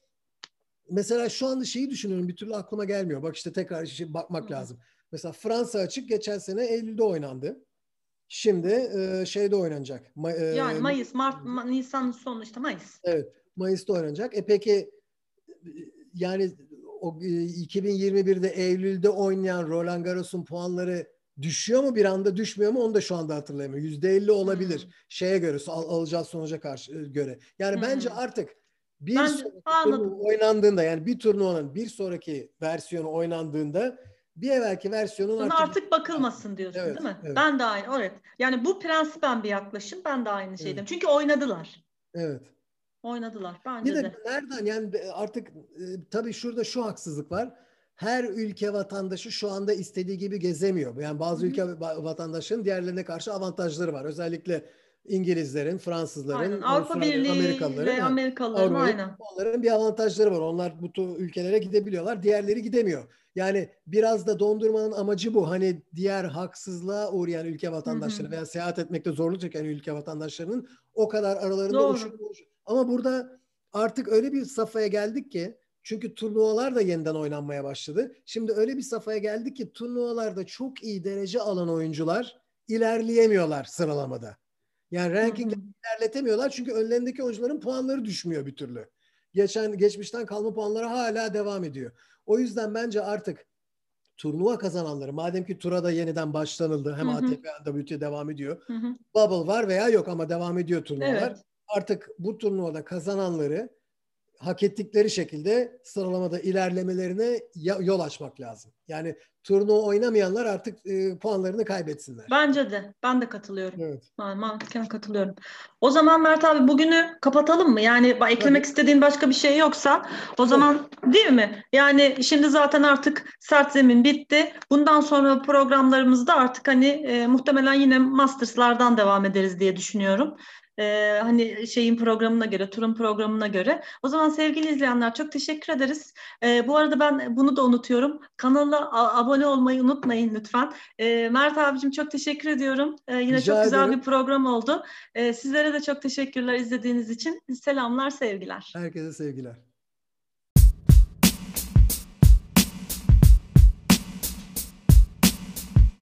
mesela şu anda şeyi düşünüyorum bir türlü aklıma gelmiyor. Bak işte tekrar şey bakmak Hı. lazım. Mesela Fransa açık geçen sene Eylül'de oynandı. Şimdi e, şeyde oynanacak. Ma- Yani e, Mayıs, Mayıs'ta Mart, oynanacak. Ma- Nisan'ın sonu işte Mayıs. Evet, Mayıs'ta oynanacak. E peki yani o e, iki bin yirmi birde Eylül'de oynayan Roland Garros'un puanları düşüyor mu bir anda düşmüyor mu onu da şu anda hatırlayamıyorum. yüzde elli olabilir Hmm. şeye göre al, alacağı sonuca karşı e, göre. Yani bence Hmm. artık bir Bence sonraki turnuva anladım. oynandığında yani bir turnuvanın bir sonraki versiyonu oynandığında bir evvelki versiyonun Buna artık artık bakılmasın diyorsun değil evet mi? evet Ben de aynı. Evet. Yani bu prensiben bir yaklaşım. Ben de aynı evet şeydim. Çünkü oynadılar. evet. Oynadılar. Bir Bence de de. nereden yani artık e, tabii şurada şu haksızlık var. Her ülke vatandaşı şu anda istediği gibi gezemiyor. Yani Hı bazı hı. ülke vatandaşlarının diğerlerine karşı avantajları var. Özellikle İngilizlerin, Aynen. Fransızların, Avrupa Avustralya, Birliği Amerikalıların, ile ha, Amerikalıların Avrupa'nın aynen. onların bir avantajları var. Onlar bu tür ülkelere gidebiliyorlar. Diğerleri gidemiyor. Yani biraz da dondurmanın amacı bu. Hani diğer haksızlığa uğrayan ülke Hı hı. vatandaşları veya seyahat etmekte zorluk çeken ülke vatandaşlarının o kadar aralarında uçurum. Doğru. Ama burada artık öyle bir safhaya geldik ki çünkü turnuvalar da yeniden oynanmaya başladı. Şimdi öyle bir safhaya geldik ki turnuvalarda çok iyi derece alan oyuncular ilerleyemiyorlar sıralamada. Yani Hı ranking hı. ilerletemiyorlar çünkü önlerindeki oyuncuların puanları düşmüyor bir türlü. Geçen geçmişten kalma puanları hala devam ediyor. O yüzden bence artık turnuva kazananları madem ki tura da yeniden başlanıldı Hı hem hı. A T P hem W T devam ediyor. Hı hı. Bubble var veya yok ama devam ediyor turnuvalar. Evet. Artık bu turnuvada kazananları hak ettikleri şekilde sıralamada ilerlemelerine yol açmak lazım. Yani turnuva oynamayanlar artık e, puanlarını kaybetsinler. Bence de. Ben de katılıyorum. Evet. Ha, mantıken katılıyorum. O zaman Mert abi bugünü kapatalım mı? Yani ba- eklemek Tabii. istediğin başka bir şey yoksa o Yok. zaman değil mi? Yani şimdi zaten artık sert zemin bitti. Bundan sonra programlarımızda artık hani e, muhtemelen yine Masters'lardan devam ederiz diye düşünüyorum. Ee, hani şeyin programına göre, turun programına göre. O zaman sevgili izleyenler çok teşekkür ederiz. Ee, bu arada ben bunu da unutuyorum. Kanala a- abone olmayı unutmayın lütfen. Ee, Mert abicim çok teşekkür ediyorum. Ee, yine Rica çok güzel ederim. bir program oldu. Ee, sizlere de çok teşekkürler izlediğiniz için. Selamlar, sevgiler. Herkese sevgiler.